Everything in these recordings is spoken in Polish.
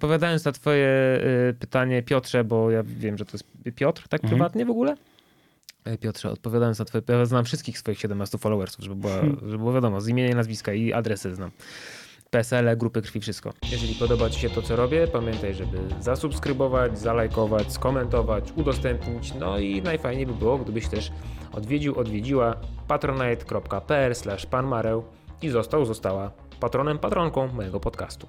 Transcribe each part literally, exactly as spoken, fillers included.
odpowiadając na twoje y, pytanie, Piotrze, bo ja wiem, że to jest Piotr, tak mhm. prywatnie w ogóle? Piotrze, odpowiadając na twoje... Ja znam wszystkich swoich siedemnastu followersów, żeby, była, hmm. żeby było wiadomo, z imienia i nazwiska i adresy znam. P S L, grupy krwi, wszystko. Jeżeli podoba ci się to, co robię, pamiętaj, żeby zasubskrybować, zalajkować, skomentować, udostępnić. No i najfajniej by było, gdybyś też odwiedził, odwiedziła patronite.pl slash panmareł i został, została patronem, patronką mojego podcastu.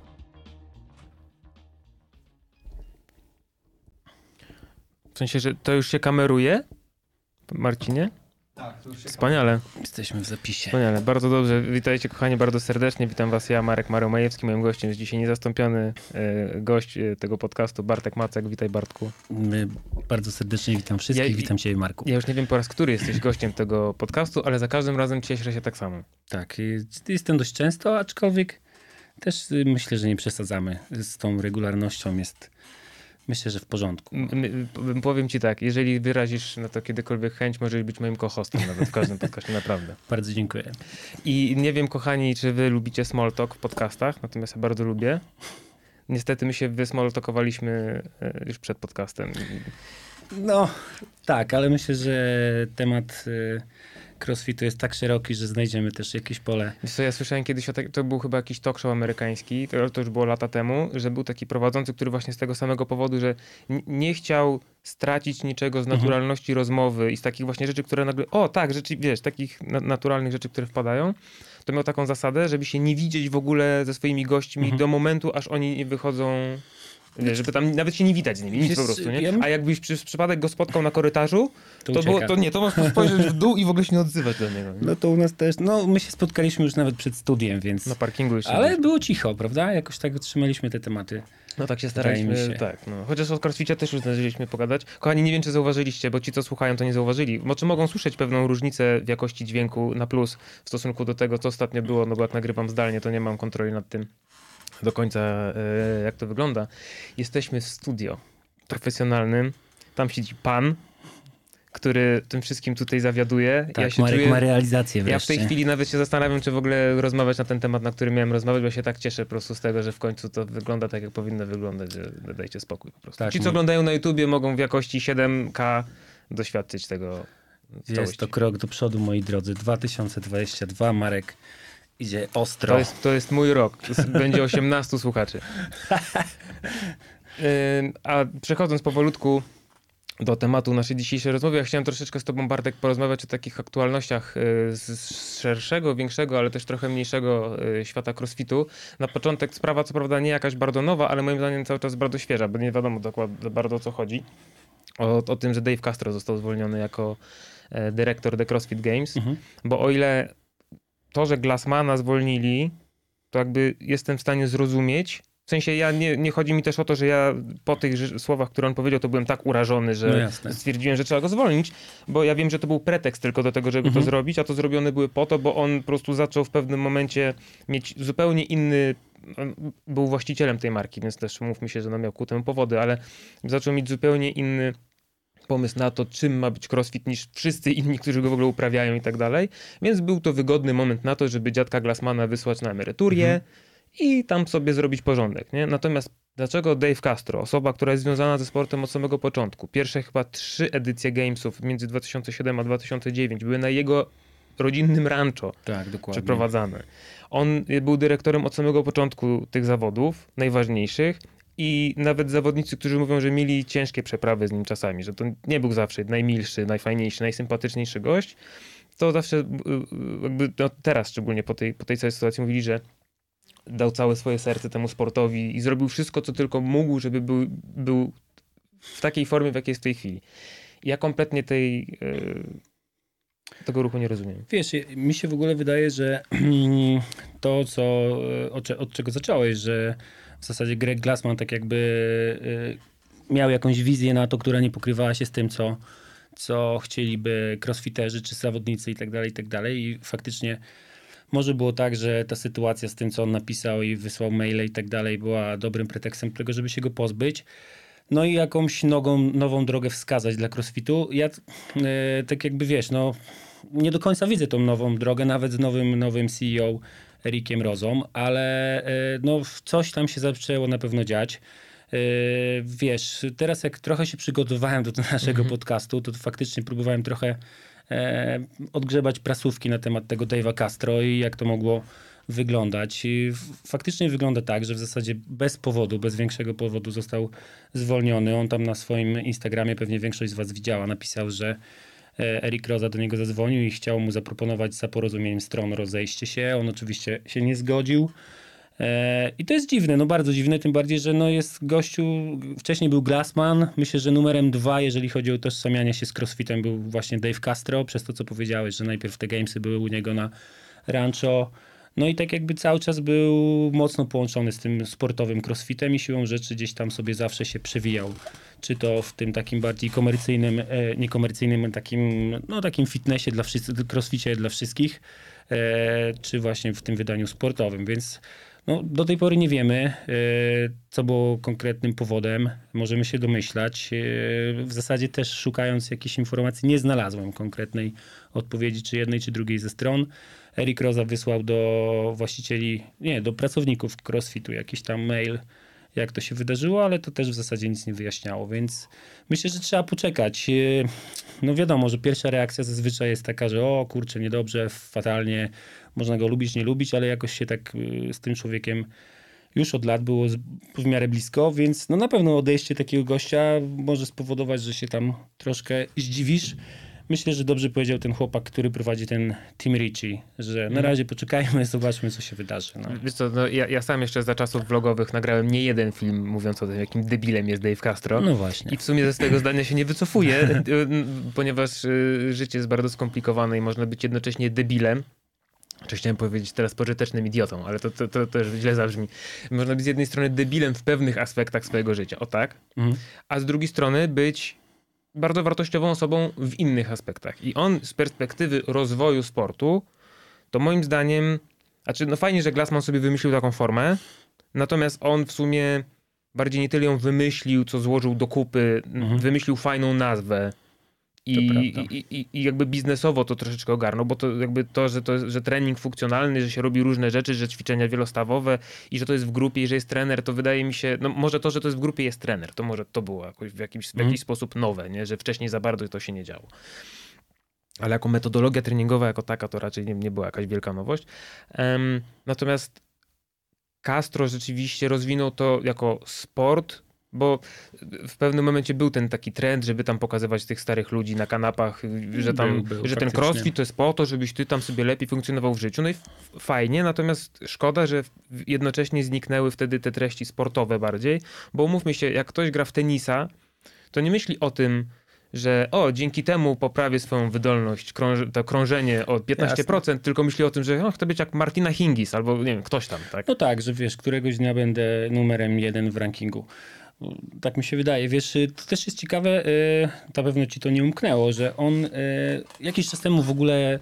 W sensie, że to już się kameruje? Marcinie? Tak, to już się Wspaniale. Jesteśmy w zapisie. Wspaniale, bardzo dobrze. Witajcie kochani bardzo serdecznie. Witam was ja, Marek Mareł Majewski. Moim gościem jest dzisiaj niezastąpiony e, gość e, tego podcastu, Bartek Macek. Witaj, Bartku. My bardzo serdecznie witam wszystkich. Ja, witam ciebie, Marku. Ja już nie wiem po raz który jesteś gościem tego podcastu, ale za każdym razem cieszę się tak samo. Tak, jestem dość często, aczkolwiek też myślę, że nie przesadzamy z tą regularnością. Jest... Myślę, że w porządku. M- powiem ci tak, jeżeli wyrazisz na to kiedykolwiek chęć, możesz być moim co-hostem nawet w każdym podcastie, naprawdę. Bardzo dziękuję. I nie wiem, kochani, czy wy lubicie small talk w podcastach, natomiast ja bardzo lubię. Niestety my się wysmalltalkowaliśmy już przed podcastem. No, tak, ale myślę, że temat crossfitu jest tak szeroki, że znajdziemy też jakieś pole. Wiesz co, ja słyszałem kiedyś, o tak, to był chyba jakiś talk show amerykański, to, to już było lata temu, że był taki prowadzący, który właśnie z tego samego powodu, że n- nie chciał stracić niczego z naturalności mhm. rozmowy i z takich właśnie rzeczy, które nagle, o tak, rzeczy, wiesz, takich na- naturalnych rzeczy, które wpadają, to miał taką zasadę, żeby się nie widzieć w ogóle ze swoimi gośćmi mhm. do momentu, aż oni nie wychodzą... Wiesz, żeby tam nawet się nie widać z nimi, nic po prostu, nie? A jakbyś przy, przypadek go spotkał na korytarzu, to, to, było, to nie, to możesz spojrzeć w dół i w ogóle się nie odzywać do niego. Nie? No to u nas też, no my się spotkaliśmy już nawet przed studiem, więc... Na parkingu jeszcze. Ale było cicho, prawda? Jakoś tak trzymaliśmy te tematy. No tak się staraliśmy, się. tak. No. Chociaż o crossficie też już zdążyliśmy pogadać. Kochani, nie wiem, czy zauważyliście, bo ci, co słuchają, to nie zauważyli. Bo czy mogą słyszeć pewną różnicę w jakości dźwięku na plus w stosunku do tego, co ostatnio było, no bo jak nagrywam zdalnie, to nie mam kontroli nad tym do końca, jak to wygląda. Jesteśmy w studio profesjonalnym. Tam siedzi pan, który tym wszystkim tutaj zawiaduje. Tak, ja się Marek czuję, ma realizację wreszcie. Ja w tej chwili nawet się zastanawiam, czy w ogóle rozmawiać na ten temat, na który miałem rozmawiać, bo się tak cieszę po prostu z tego, że w końcu to wygląda tak, jak powinno wyglądać, że dajcie spokój po prostu. Tak, Ci, co oglądają na YouTubie, mogą w jakości siedem K doświadczyć tego. Jest to krok do przodu, moi drodzy. dwa tysiące dwudziesty drugi, Marek idzie ostro. To jest, to jest mój rok. Będzie osiemnastu słuchaczy. Yy, a przechodząc powolutku do tematu naszej dzisiejszej rozmowy, ja chciałem troszeczkę z tobą, Bartek, porozmawiać o takich aktualnościach yy, z szerszego, większego, ale też trochę mniejszego yy, świata crossfitu. Na początek sprawa, co prawda nie jakaś bardzo nowa, ale moim zdaniem cały czas bardzo świeża, bo nie wiadomo dokładnie bardzo o co chodzi. O, o tym, że Dave Castro został zwolniony jako yy, dyrektor The CrossFit Games, mhm. bo o ile to, że Glassmana zwolnili, to jakby jestem w stanie zrozumieć. W sensie ja nie, nie chodzi mi też o to, że ja po tych słowach, które on powiedział, to byłem tak urażony, że no stwierdziłem, że trzeba go zwolnić, bo ja wiem, że to był pretekst tylko do tego, żeby mhm. to zrobić, a to zrobione były po to, bo on po prostu zaczął w pewnym momencie mieć zupełnie inny, był właścicielem tej marki, więc też mówmy się, że no miał ku temu powody, ale zaczął mieć zupełnie inny pomysł na to, czym ma być crossfit niż wszyscy inni, którzy go w ogóle uprawiają i tak dalej. Więc był to wygodny moment na to, żeby dziadka Glassmana wysłać na emeryturę mhm. i tam sobie zrobić porządek. Nie? Natomiast dlaczego Dave Castro, osoba, która jest związana ze sportem od samego początku, pierwsze chyba trzy edycje Gamesów między dwa tysiące siódmym a dwa tysiące dziewiątym były na jego rodzinnym rancho tak, dokładnie. przeprowadzane. On był dyrektorem od samego początku tych zawodów, najważniejszych. I nawet zawodnicy, którzy mówią, że mieli ciężkie przeprawy z nim czasami, że to nie był zawsze najmilszy, najfajniejszy, najsympatyczniejszy gość, to zawsze jakby no teraz szczególnie po tej, po tej całej sytuacji mówili, że dał całe swoje serce temu sportowi i zrobił wszystko, co tylko mógł, żeby był, był w takiej formie, w jakiej jest w tej chwili. I ja kompletnie tej, tego ruchu nie rozumiem. Wiesz, mi się w ogóle wydaje, że to, co, od, od czego zacząłeś, że w zasadzie Greg Glassman tak jakby y, miał jakąś wizję na to, która nie pokrywała się z tym, co, co chcieliby crossfiterzy czy zawodnicy i tak dalej, i tak dalej. I faktycznie może było tak, że ta sytuacja z tym, co on napisał i wysłał maile i tak dalej, była dobrym pretekstem do tego, żeby się go pozbyć. No i jakąś nogą, nową drogę wskazać dla crossfitu. Ja y, tak jakby wiesz, no nie do końca widzę tą nową drogę, nawet z nowym, nowym C E O Ericiem Rozą, ale e, no coś tam się zaczęło na pewno dziać. E, wiesz, teraz jak trochę się przygotowałem do naszego mm-hmm. podcastu, to faktycznie próbowałem trochę e, odgrzebać prasówki na temat tego Dave'a Castro i jak to mogło wyglądać. I faktycznie wygląda tak, że w zasadzie bez powodu, bez większego powodu został zwolniony. On tam na swoim Instagramie, pewnie większość z was widziała, napisał, że Eric Roza do niego zadzwonił i chciał mu zaproponować za porozumieniem stron rozejście się. On oczywiście się nie zgodził. I to jest dziwne, no bardzo dziwne, tym bardziej, że no jest gościu, wcześniej był Glassman, myślę, że numerem dwa, jeżeli chodzi o utożsamianie się z crossfitem, był właśnie Dave Castro, przez to co powiedziałeś, że najpierw te gamesy były u niego na rancho. No i tak jakby cały czas był mocno połączony z tym sportowym crossfitem i siłą rzeczy gdzieś tam sobie zawsze się przewijał. Czy to w tym takim bardziej komercyjnym, e, niekomercyjnym, takim, no takim fitnessie dla wszystkich, crossficie dla wszystkich, e, czy właśnie w tym wydaniu sportowym, więc no, do tej pory nie wiemy, e, co było konkretnym powodem. Możemy się domyślać. E, w zasadzie też szukając jakichś informacji nie znalazłem konkretnej odpowiedzi, czy jednej, czy drugiej ze stron. Eric Roza wysłał do właścicieli, nie, do pracowników CrossFitu jakiś tam mail, jak to się wydarzyło, ale to też w zasadzie nic nie wyjaśniało, więc myślę, że trzeba poczekać. No wiadomo, że pierwsza reakcja zazwyczaj jest taka, że o kurczę, niedobrze, fatalnie, można go lubić, nie lubić, ale jakoś się tak z tym człowiekiem już od lat było w miarę blisko, więc no na pewno odejście takiego gościa może spowodować, że się tam troszkę zdziwisz. Myślę, że dobrze powiedział ten chłopak, który prowadzi ten Team Richie, że na razie poczekajmy, zobaczmy, co się wydarzy. No. Wiesz co, no ja, ja sam jeszcze za czasów vlogowych nagrałem nie jeden film mówiąc o tym, jakim debilem jest Dave Castro. No właśnie. I w sumie ze swojego zdania się nie wycofuję, ponieważ życie jest bardzo skomplikowane i można być jednocześnie debilem. Czy chciałem powiedzieć teraz pożytecznym idiotą, ale to, to, to też źle zabrzmi. Można być z jednej strony debilem w pewnych aspektach swojego życia, o tak, mhm. a z drugiej strony być bardzo wartościową osobą w innych aspektach. I on z perspektywy rozwoju sportu, to moim zdaniem, znaczy no fajnie, że Glassman sobie wymyślił taką formę, natomiast on w sumie bardziej nie tyle ją wymyślił, co złożył do kupy, mhm. wymyślił fajną nazwę i, i, i, i jakby biznesowo to troszeczkę ogarnął, bo to jakby to, że, to, że trening funkcjonalny, że się robi różne rzeczy, że ćwiczenia wielostawowe i że to jest w grupie i że jest trener, to wydaje mi się, no może to, że to jest w grupie jest trener, to może to było jakoś w jakiś, w jakiś mm. sposób nowe, nie? Że wcześniej za bardzo to się nie działo. Ale jako metodologia treningowa, jako taka, to raczej nie, nie była jakaś wielka nowość. Um, natomiast Castro rzeczywiście rozwinął to jako sport, bo w pewnym momencie był ten taki trend, żeby tam pokazywać tych starych ludzi na kanapach, że tam, był, był, że ten crossfit to jest po to, żebyś ty tam sobie lepiej funkcjonował w życiu. No i fajnie, natomiast szkoda, że jednocześnie zniknęły wtedy te treści sportowe bardziej, bo umówmy się, jak ktoś gra w tenisa, to nie myśli o tym, że o, dzięki temu poprawię swoją wydolność, krąż, to krążenie o piętnaście procent, Jasne. Tylko myśli o tym, że o, chcę być jak Martina Hingis albo nie wiem, ktoś tam, tak? No tak, że wiesz, któregoś dnia będę numerem jeden w rankingu. Tak mi się wydaje. Wiesz, to też jest ciekawe, na pewno ci to nie umknęło, że on jakiś czas temu w ogóle,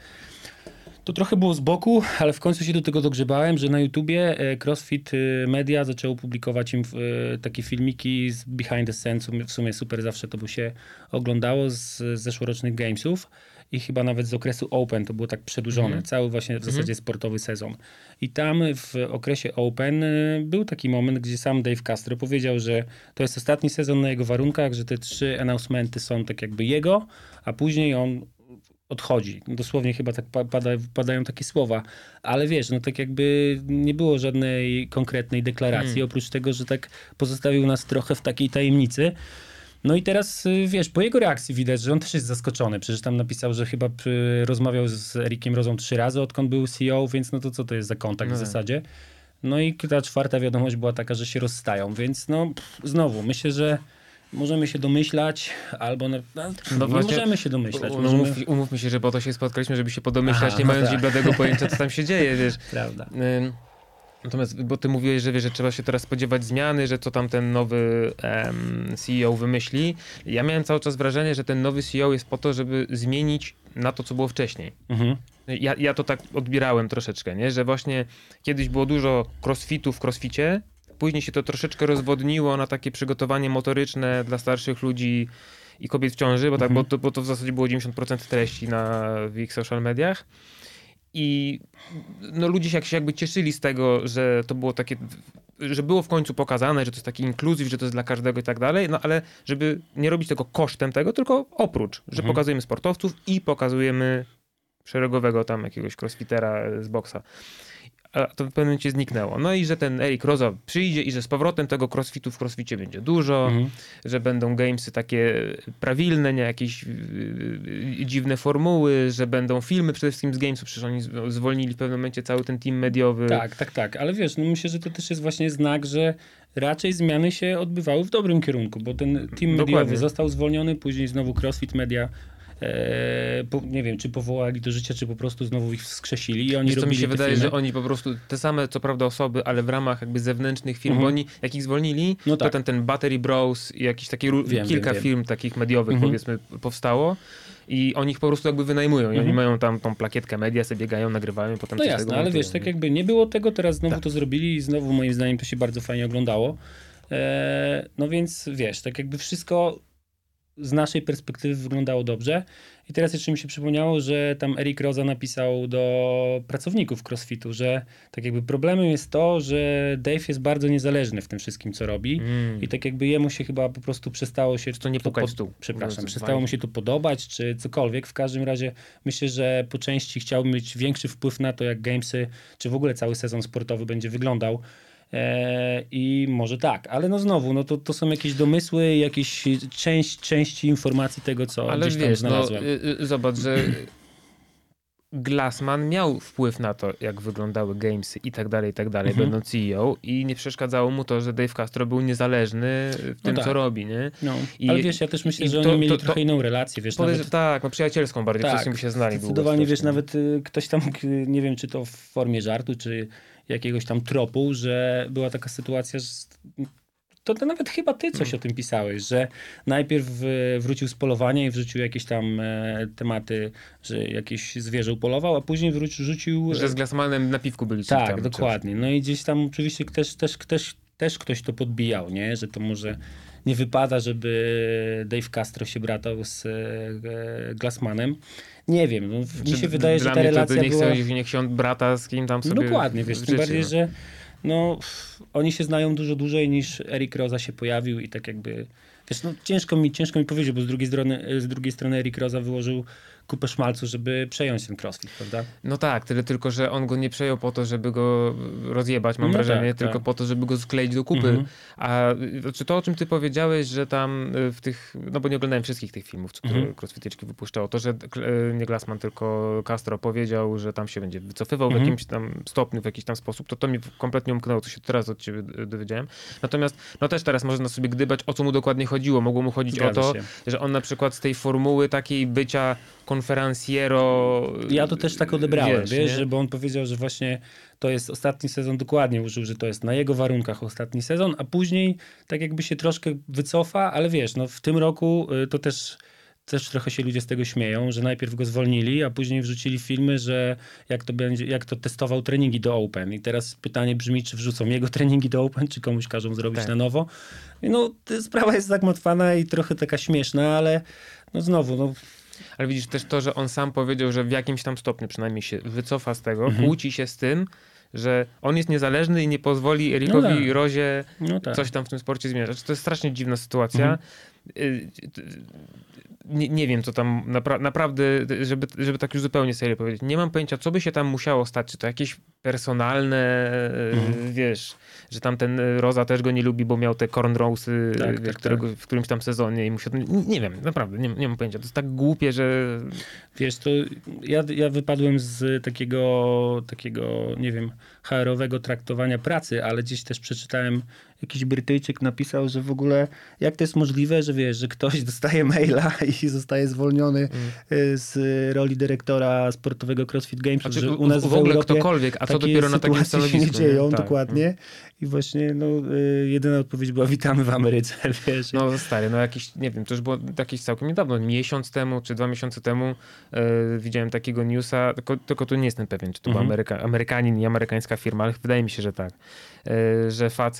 to trochę było z boku, ale w końcu się do tego dogrzebałem, że na YouTubie CrossFit Media zaczęło publikować im takie filmiki z behind the scenes, w sumie super zawsze to by się oglądało z zeszłorocznych Gamesów. I chyba nawet z okresu Open, to było tak przedłużone, mm-hmm. cały właśnie w zasadzie mm-hmm. sportowy sezon. I tam w okresie Open był taki moment, gdzie sam Dave Castro powiedział, że to jest ostatni sezon na jego warunkach, że te trzy announcementy są tak jakby jego, a później on odchodzi. Dosłownie chyba tak pada, padają takie słowa. Ale wiesz, no tak jakby nie było żadnej konkretnej deklaracji, mm. oprócz tego, że tak pozostawił nas trochę w takiej tajemnicy. No i teraz, wiesz, po jego reakcji widać, że on też jest zaskoczony. Przecież tam napisał, że chyba rozmawiał z Ericiem Rozą trzy razy, odkąd był C E O, więc no to co to jest za kontakt no. w zasadzie? No i ta czwarta wiadomość była taka, że się rozstają, więc no pff, znowu, myślę, że możemy się domyślać, albo no, no, no nie właśnie, możemy się domyślać. No, możemy... umów, umówmy się, że po to się spotkaliśmy, żeby się podomyślać, Aha, nie no mając tak. bladego pojęcia, co tam się dzieje, wiesz. Prawda. Y- Natomiast, bo ty mówiłeś, że wiesz, że trzeba się teraz spodziewać zmiany, że co tam ten nowy um, C E O wymyśli. Ja miałem cały czas wrażenie, że ten nowy C E O jest po to, żeby zmienić na to, co było wcześniej. Mhm. Ja, ja to tak odbierałem troszeczkę, nie? Że właśnie kiedyś było dużo crossfitu w crossficie, później się to troszeczkę rozwodniło na takie przygotowanie motoryczne dla starszych ludzi i kobiet w ciąży, bo, tak, mhm. bo, to, bo to w zasadzie było dziewięćdziesiąt procent treści na, w ich social mediach. I no, ludzie się jakby cieszyli z tego, że to było takie, że było w końcu pokazane, że to jest taki inkluzyw, że to jest dla każdego i tak dalej, no ale żeby nie robić tego kosztem tego, tylko oprócz, że mhm. pokazujemy sportowców i pokazujemy szeregowego tam jakiegoś crossfitera z boksa. A to w pewnym momencie zniknęło. No i że ten Eric Roza przyjdzie i że z powrotem tego crossfitu w crossficie będzie dużo, mhm. że będą gamesy takie prawilne, nie jakieś yy, dziwne formuły, że będą filmy przede wszystkim z gamesów, przecież oni zwolnili w pewnym momencie cały ten team mediowy. Tak, tak, tak, ale wiesz, no myślę, że to też jest właśnie znak, że raczej zmiany się odbywały w dobrym kierunku, bo ten team mediowy Dokładnie. został zwolniony, później znowu CrossFit Media Eee, po, nie wiem, czy powołali do życia, czy po prostu znowu ich wskrzesili i oni Wiesz, robili mi się wydaje, filmy. że oni po prostu, te same co prawda osoby, ale w ramach jakby zewnętrznych firm, uh-huh. bo oni jak ich zwolnili, no tak. to ten, ten Battery Bros i jakieś takie wiem, kilka wiem, firm wiem. takich mediowych uh-huh. powiedzmy powstało i oni ich po prostu jakby wynajmują i uh-huh. oni mają tam tą plakietkę media, sobie biegają, nagrywają, potem no jasne, ale wiesz, tak jakby nie było tego, teraz znowu tak. to zrobili i znowu moim zdaniem to się bardzo fajnie oglądało. Eee, no więc wiesz, tak jakby wszystko z naszej perspektywy wyglądało dobrze. I teraz jeszcze mi się przypomniało, że tam Eric Roza napisał do pracowników CrossFitu, że tak jakby problemem jest to, że Dave jest bardzo niezależny w tym wszystkim, co robi mm. i tak jakby jemu się chyba po prostu przestało się... To nie pukać tu. Przepraszam, przestało mu się to podobać, czy cokolwiek. W każdym razie myślę, że po części chciałbym mieć większy wpływ na to, jak gamesy, czy w ogóle cały sezon sportowy będzie wyglądał. Eee, I może tak, ale no znowu, no to, to są jakieś domysły, jakieś część, części informacji tego, co ale gdzieś tam wiesz, znalazłem. No, y, zobacz, że Glassman miał wpływ na to, jak wyglądały gamesy i tak dalej, i tak dalej, mhm. będąc C E O i nie przeszkadzało mu to, że Dave Castro był niezależny w tym, no tak. co robi, nie? No. I, ale wiesz, ja też myślę, że to, oni mieli to, to, trochę inną relację, wiesz, podejrz- nawet... Tak, no przyjacielską bardziej, tak, wszyscy by się znali. Zdecydowanie, wiesz, nawet y, ktoś tam, y, nie wiem, czy to w formie żartu, czy jakiegoś tam tropu, że była taka sytuacja, że to, to nawet chyba ty coś hmm. o tym pisałeś, że najpierw wrócił z polowania i wrzucił jakieś tam e, tematy, że jakieś zwierzę upolował, a później wrócił, rzucił... Że z Glassmanem na piwku byli. Tak, tam, dokładnie. Coś. No i gdzieś tam oczywiście też, też, też, też ktoś to podbijał, nie? Że to może nie wypada, żeby Dave Castro się bratał z e, Glassmanem. Nie wiem, no, mi się wydaje, że ta relacja to niech była... Sobie, niech się on brata z kim tam sobie... No dokładnie, wiesz, tym bardziej, że no, oni się znają dużo dłużej niż Eric Roza się pojawił i tak jakby... Wiesz, no ciężko mi, ciężko mi powiedzieć, bo z drugiej strony, z drugiej strony Eric Roza wyłożył kupę szmalcu, żeby przejąć ten CrossFit, prawda? No tak, tyle tylko, że on go nie przejął po to, żeby go rozjebać, mam no wrażenie, tak, tylko tak. po to, żeby go skleić do kupy. Mhm. A czy to, o czym ty powiedziałeś, że tam w tych, no bo nie oglądałem wszystkich tych filmów, które mhm. CrossFiteczki wypuszczało, to, że nie Glassman, tylko Castro powiedział, że tam się będzie wycofywał mhm. w jakimś tam stopniu, w jakiś tam sposób, to to mi kompletnie umknęło, co się teraz od ciebie dowiedziałem. Natomiast, no też teraz można sobie gdybać, o co mu dokładnie chodziło. Mogło mu chodzić Zgadza o to, się. że on na przykład z tej formuły takiej bycia konferencjero... Ja to też tak odebrałem, wiesz, wiesz że, bo on powiedział, że właśnie to jest ostatni sezon, dokładnie użył, że to jest na jego warunkach ostatni sezon, a później tak jakby się troszkę wycofa, ale wiesz, no w tym roku to też, też trochę się ludzie z tego śmieją, że najpierw go zwolnili, a później wrzucili filmy, że jak to będzie, jak to testował treningi do Open. I teraz pytanie brzmi, czy wrzucą jego treningi do Open, czy komuś każą zrobić tak. na nowo. No, sprawa jest zagmatwana i trochę taka śmieszna, ale no znowu, no ale widzisz też to, że on sam powiedział, że w jakimś tam stopniu przynajmniej się wycofa z tego, mhm. kłóci się z tym, że on jest niezależny i nie pozwoli Ericowi no tak. Rozie no tak. coś tam w tym sporcie zmieniać. To jest strasznie dziwna sytuacja. Mhm. Nie, nie wiem, co tam napra- naprawdę, żeby, żeby tak już zupełnie serio powiedzieć, nie mam pojęcia, co by się tam musiało stać. Czy to jakieś personalne, mhm. wiesz, że tam ten Roza też go nie lubi, bo miał te cornrowsy tak, tak, którego, tak. w którymś tam sezonie i musiał... Nie, nie wiem, naprawdę, nie, nie mam pojęcia. To jest tak głupie, że... Wiesz, to ja, ja wypadłem z takiego, takiego, nie wiem, H R-owego traktowania pracy, ale gdzieś też przeczytałem, jakiś Brytyjczyk napisał, że w ogóle jak to jest możliwe, że wiesz, że ktoś dostaje maila i zostaje zwolniony mm. z roli dyrektora sportowego CrossFit Games, znaczy, że u nas w, w ogóle ktokolwiek, a co dopiero na takim stanowisku. się nie dzieją, nie? Tak. dokładnie. I właśnie no, jedyna odpowiedź była witamy w Ameryce, wiesz. No stary, no jakiś, nie wiem, to już było jakieś całkiem niedawno, miesiąc temu, czy dwa miesiące temu yy, widziałem takiego newsa, tylko, tylko tu nie jestem pewien, czy to mhm. był Ameryka, Amerykanin i amerykańska firma, ale wydaje mi się, że tak. Yy, że facet zrobił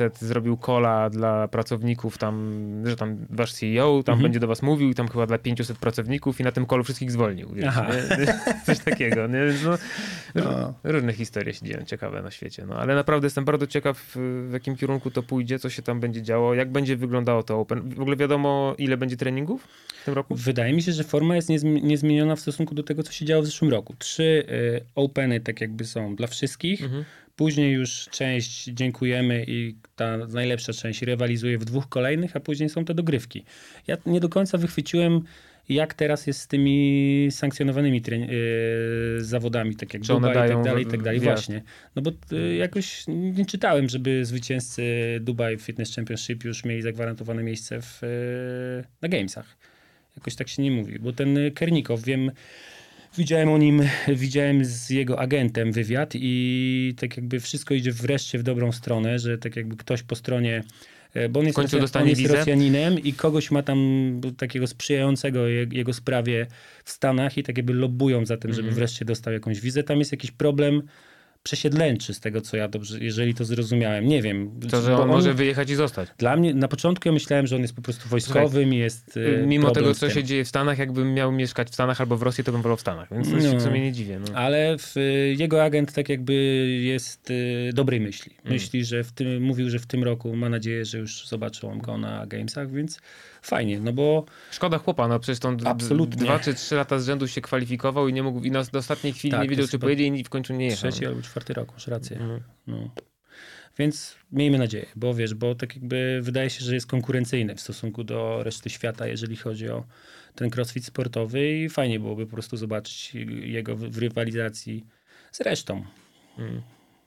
zrobił calla dla pracowników tam, że tam wasz C E O tam Mhm. będzie do was mówił i tam chyba dla pięciuset pracowników i na tym callu wszystkich zwolnił, wiesz, nie? Coś takiego, nie? No, No. różne historie się dzieją, ciekawe na świecie, no ale naprawdę jestem bardzo ciekaw, w jakim kierunku to pójdzie, co się tam będzie działo, jak będzie wyglądało to Open. W ogóle wiadomo, ile będzie treningów w tym roku? Wydaje mi się, że forma jest niezmi- niezmieniona w stosunku do tego, co się działo w zeszłym roku. Trzy y, Openy tak jakby są dla wszystkich. Mhm. Później już część dziękujemy i ta najlepsza część rywalizuje w dwóch kolejnych, a później są te dogrywki. Ja nie do końca wychwyciłem, jak teraz jest z tymi sankcjonowanymi tre- yy, zawodami, tak jak Czy one Dubaj i dają tak dalej, i tak dalej. wjazd? Właśnie. No bo y, jakoś nie czytałem, żeby zwycięzcy Dubai Fitness Championship już mieli zagwarantowane miejsce w, y, na Gamesach. Jakoś tak się nie mówi, bo ten Kernikow, wiem, widziałem o nim, widziałem z jego agentem wywiad i tak jakby wszystko idzie wreszcie w dobrą stronę, że tak jakby ktoś po stronie, e, bo on jest, końcu Rosjan, dostanie on jest wizę? Rosjaninem i kogoś ma tam takiego sprzyjającego je, jego sprawie w Stanach i tak jakby lobbują za tym, żeby Mhm. wreszcie dostał jakąś wizę. Tam jest jakiś problem przesiedleńczy z tego, co ja dobrze, jeżeli to zrozumiałem. Nie wiem. To, że bo on może wyjechać i zostać. Dla mnie, na początku ja myślałem, że on jest po prostu wojskowym i jest e, Mimo problem tego, z co tym. się dzieje w Stanach, jakbym miał mieszkać w Stanach albo w Rosji, to bym wolał w Stanach, więc to się No. w sumie nie dziwię. No. Ale w, jego agent tak jakby jest y, dobrej myśli. Mm. Myśli, że w tym, mówił, że w tym roku ma nadzieję, że już zobaczą go na Gamesach, więc fajnie, no bo Szkoda chłopa, no przecież on d- Absolutnie. dwa czy trzy lata z rzędu się kwalifikował i nie mógł, i na, do ostatniej chwili Tak, nie to wiedział, jest czy chyba pojedzie i w końcu nie jechał. trzeci albo czwarty rok, masz rację. Mhm. No. Więc miejmy nadzieję, bo wiesz, bo tak jakby wydaje się, że jest konkurencyjny w stosunku do reszty świata, jeżeli chodzi o ten crossfit sportowy i fajnie byłoby po prostu zobaczyć jego w, w rywalizacji z resztą. Mm.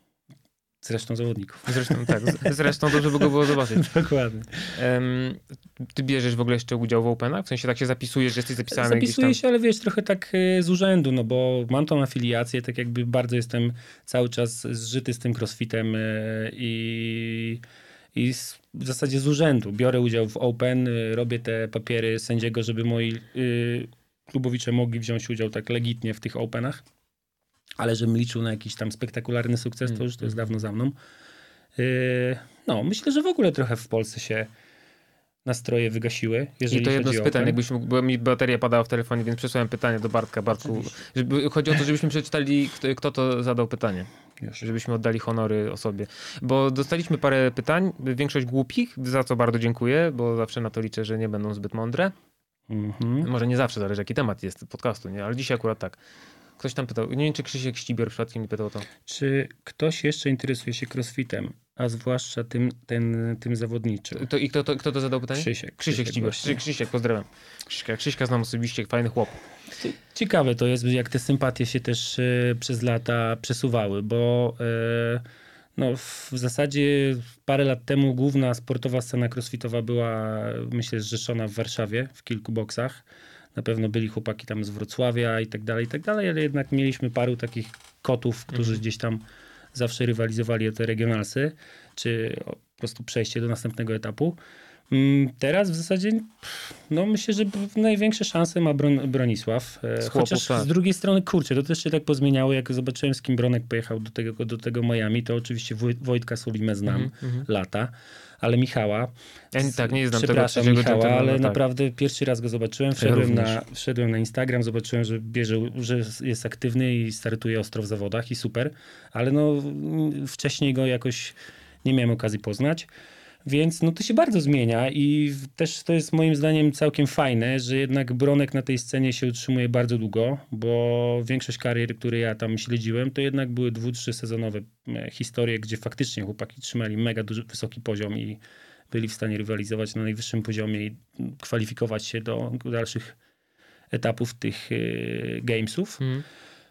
Z resztą zawodników. Zresztą tak, z- zresztą dobrze by go było zobaczyć. Dokładnie. Em, ty bierzesz w ogóle jeszcze udział w Openach? W sensie tak się zapisujesz, że jesteś zapisany gdzieś Zapisuję tam? się, ale wiesz, trochę tak e, z urzędu, no bo mam tą afiliację, tak jakby bardzo jestem cały czas zżyty z tym crossfitem e, i, i z, w zasadzie z urzędu. Biorę udział w Open, e, robię te papiery sędziego, żeby moi e, klubowicze mogli wziąć udział tak legitnie w tych Openach, ale żebym liczył na jakiś tam spektakularny sukces, to już to jest dawno za mną. E, no, myślę, że w ogóle trochę w Polsce się nastroje wygasiły, jeżeli I to jedno chodzi z o pytań, Open. jakbyś mógł, bo mi bateria padała w telefonie, więc przesłałem pytanie do Bartka. Bartku, żeby, chodzi o to, żebyśmy przeczytali, kto, kto to zadał pytanie. Już. Żebyśmy oddali honory osobie. Bo dostaliśmy parę pytań, większość głupich, za co bardzo dziękuję, bo zawsze na to liczę, że nie będą zbyt mądre. Mhm. Może nie zawsze, zależy jaki temat jest podcastu, nie? Ale dzisiaj akurat tak. Ktoś tam pytał, nie wiem czy Krzysiek Ścibior przypadkiem nie pytał o to. Czy ktoś jeszcze interesuje się crossfitem, a zwłaszcza tym, ten, tym zawodniczym? To, I kto to, kto to zadał pytanie? Krzysiek. Krzysiek Ścibior. właśnie. Krzysiek, pozdrawiam. Krzyśka, Krzyśka znam osobiście, fajny chłop. Ciekawe to jest, jak te sympatie się też e, przez lata przesuwały, bo e, no, w zasadzie parę lat temu główna sportowa scena crossfitowa była, myślę, zrzeszona w Warszawie, w kilku boksach. Na pewno byli chłopaki tam z Wrocławia i tak dalej, i tak dalej, ale jednak mieliśmy paru takich kotów, którzy Mhm. gdzieś tam zawsze rywalizowali o te regionalsy, czy o, po prostu przejście do następnego etapu. Mm, Teraz w zasadzie, pff, no myślę, że b- największe szanse ma Bron- Bronisław. E, Z chłopów, Chociaż tak. z drugiej strony, kurczę, to też się tak pozmieniało, jak zobaczyłem, z kim Bronek pojechał do tego, do tego Miami, to oczywiście Woj- Wojtka Solimę znam Mhm, mhm. lata, ale Michała, Ja nie- tak, nie znam tego przepraszam trzeciego Michała, dżentelmena, ale tak. naprawdę pierwszy raz go zobaczyłem, wszedłem również. na, wszedłem na Instagram, zobaczyłem, że bierze, że jest aktywny i startuje ostro w zawodach i super, ale no mm, wcześniej go jakoś nie miałem okazji poznać. Więc no to się bardzo zmienia i w- też to jest moim zdaniem całkiem fajne, że jednak Bronek na tej scenie się utrzymuje bardzo długo, bo większość karier, które ja tam śledziłem, to jednak były dwu, trzy sezonowe e, historie, gdzie faktycznie chłopaki trzymali mega duży, wysoki poziom i byli w stanie rywalizować na najwyższym poziomie i mm, kwalifikować się do dalszych etapów tych e, gamesów. Mhm.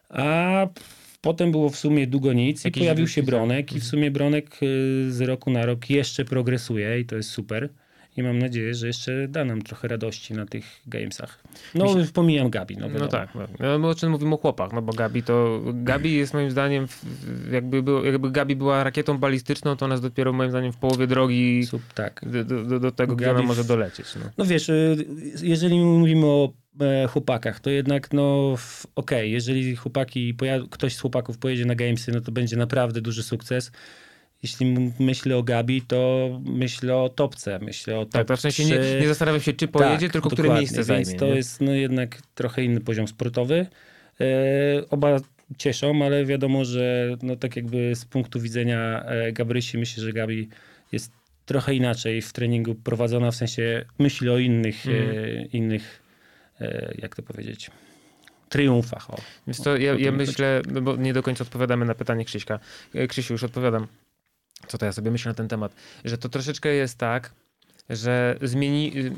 A potem było w sumie długo nic Jakiś i pojawił się wielki Bronek tak. i w sumie Bronek y, z roku na rok jeszcze progresuje i to jest super. I mam nadzieję, że jeszcze da nam trochę radości na tych gamesach. No, pomijam Gabi. No, No wiadomo. tak, no. No, my o czym mówimy o chłopach, no bo Gabi to, Gabi jest moim zdaniem, w- w- jakby, było, jakby Gabi była rakietą balistyczną, to ona jest dopiero moim zdaniem w połowie drogi Sup, tak. do, do, do, do tego, gdzie Gabi ona w- może dolecieć. No. No wiesz, y, jeżeli mówimy o e, chłopakach, to jednak no w- okej, jeżeli chłopaki, poja- ktoś z chłopaków pojedzie na gamesy, no to będzie naprawdę duży sukces. jeśli m- myślę o Gabi, to myślę o topce, myślę o top Tak, to w sensie trzy. nie, nie zastanawiam się, czy pojedzie, Tak, tylko które dokładnie, miejsce zajmie. Więc to nie? jest no jednak trochę inny poziom sportowy. E, oba cieszą, ale wiadomo, że no tak jakby z punktu widzenia e, Gabrysi myślę, że Gabi jest trochę inaczej w treningu prowadzona, w sensie myśli o innych, Mm. e, innych e, jak to powiedzieć, triumfach. O. Więc to ja, O to ja mi myślę, no bo nie do końca odpowiadamy na pytanie Krzyśka. E, Krzysiu, już odpowiadam. Co to ja sobie myślę na ten temat? Że to troszeczkę jest tak, że zmieni... y,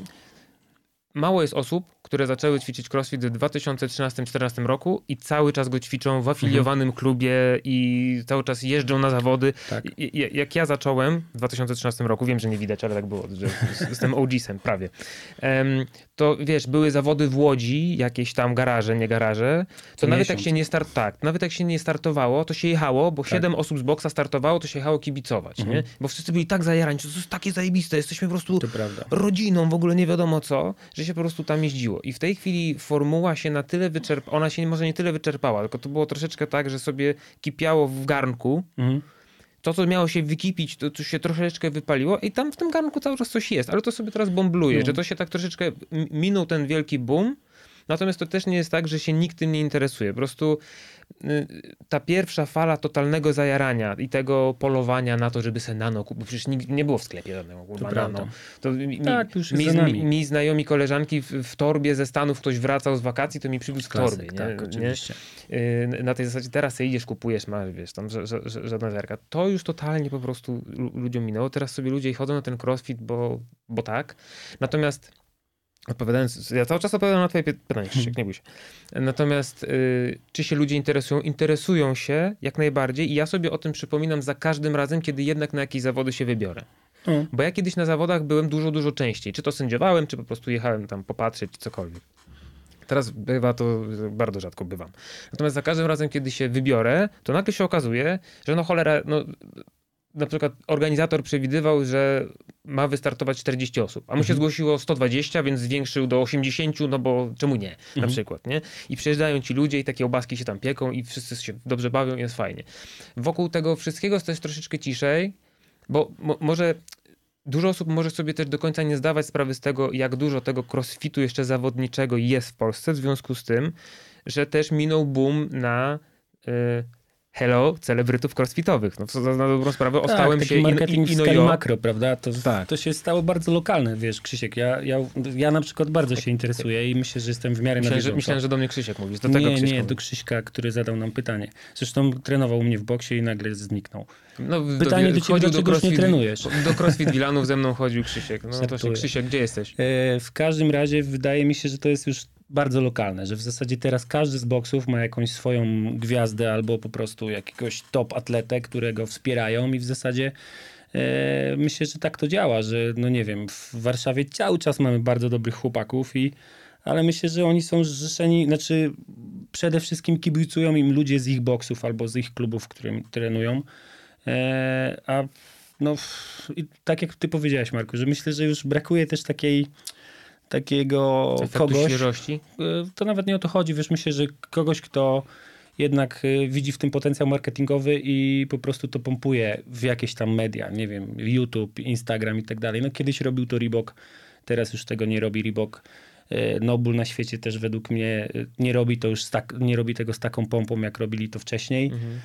Mało jest osób, które zaczęły ćwiczyć crossfit w dwa tysiące trzynastym czternastym roku i cały czas go ćwiczą w afiliowanym klubie i cały czas jeżdżą na zawody. Tak. I, i, jak ja zacząłem w dwa tysiące trzynastym roku, wiem, że nie widać, ale tak było, że jestem O G-sem prawie, em, to wiesz, były zawody w Łodzi, jakieś tam garaże, nie garaże, to Co nawet jak miesiąc. się nie start, tak, nawet jak się nie startowało, to się jechało, bo Tak. siedem osób z boksa startowało, to się jechało kibicować, nie? Bo wszyscy byli tak zajarani, że to jest takie zajebiste, jesteśmy po prostu To prawda. rodziną, w ogóle nie wiadomo co, że się po prostu tam jeździło. I w tej chwili formuła się na tyle wyczerpała, ona się może nie tyle wyczerpała, tylko to było troszeczkę tak, że sobie kipiało w garnku. Mhm. To, co miało się wykipić, to, to się troszeczkę wypaliło i tam w tym garnku cały czas coś jest, ale to sobie teraz bombluje, No. że to się tak troszeczkę m- minął ten wielki boom. Natomiast to też nie jest tak, że się nikt tym nie interesuje. Po prostu y, ta pierwsza fala totalnego zajarania i tego polowania na to, żeby se nano kupić, bo przecież nikt, nie było w sklepie żadnego kurwa prawda. nano. To mi, Tak, to już jest mi, za mi, nami. mi znajomi koleżanki w, w torbie ze Stanów, ktoś wracał z wakacji, to mi przywiózł torby. Klasyk, Nie? tak, Nie? oczywiście. Y, na tej zasadzie teraz sobie idziesz, kupujesz, masz, wiesz, tam ża- ża- ża- żadna zerka. To już totalnie po prostu lu- ludziom minęło. Teraz sobie ludzie chodzą na ten crossfit, bo, bo tak. Natomiast odpowiadając, ja cały czas odpowiadam na twoje py- pytanie, Krzysiek, nie bój się. Natomiast y, czy się ludzie interesują? Interesują się jak najbardziej i ja sobie o tym przypominam za każdym razem, kiedy jednak na jakieś zawody się wybiorę. No. Bo ja kiedyś na zawodach byłem dużo, dużo częściej. Czy to sędziowałem, czy po prostu jechałem tam popatrzeć, czy cokolwiek. Teraz bywa to, bardzo rzadko bywam. Natomiast za każdym razem, kiedy się wybiorę, to nagle się okazuje, że no cholera, no na przykład organizator przewidywał, że ma wystartować czterdzieści osób, a mu się Mhm. zgłosiło sto dwadzieścia, więc zwiększył do osiemdziesięciu, no bo czemu nie, na Mhm. przykład, nie? I przyjeżdżają ci ludzie i takie obaski się tam pieką i wszyscy się dobrze bawią i jest fajnie. Wokół tego wszystkiego jest też troszeczkę ciszej, bo mo- może dużo osób może sobie też do końca nie zdawać sprawy z tego, jak dużo tego crossfitu jeszcze zawodniczego jest w Polsce, w związku z tym, że też minął boom na y, hello celebrytów crossfitowych. No, co za na dobrą sprawę ostałem taki się marketing i, i, w no skali jo. makro, prawda? To, Tak. to się stało bardzo lokalne, wiesz, Krzysiek. Ja, ja, ja na przykład bardzo się interesuję i myślę, że jestem w miarę na Myślałem, że, bieżąco. myślałem, że do mnie Krzysiek mówisz. Do tego Nie, Krzyśka nie, mówię. do Krzyśka, który zadał nam pytanie. Zresztą trenował u mnie w boksie i nagle zniknął. No, do- Pytanie do ciebie, chodził dlaczego już nie CrossFit- trenujesz? Do CrossFit Wilanów ze mną chodził Krzysiek. No to się, Żartuję. Krzysiek, gdzie jesteś? E, w każdym razie wydaje mi się, że to jest już bardzo lokalne, że w zasadzie teraz każdy z boksów ma jakąś swoją gwiazdę albo po prostu jakiegoś top atletę, którego wspierają i w zasadzie e, myślę, że tak to działa, że no nie wiem, w Warszawie cały czas mamy bardzo dobrych chłopaków i ale myślę, że oni są zrzeszeni, znaczy przede wszystkim kibicują im ludzie z ich boksów albo z ich klubów, w którym trenują. E, a no, i tak jak ty powiedziałeś, Marku, że myślę, że już brakuje też takiej takiego Efektu kogoś. świeżości? E, To nawet nie o to chodzi, wiesz, myślę, że kogoś, kto jednak e, widzi w tym potencjał marketingowy i po prostu to pompuje w jakieś tam media, nie wiem, YouTube, Instagram i tak dalej. No kiedyś robił to Reebok, teraz już tego nie robi Reebok. E, Noble na świecie też według mnie e, nie robi to już z tak, nie robi tego z taką pompą, jak robili to wcześniej. Mhm.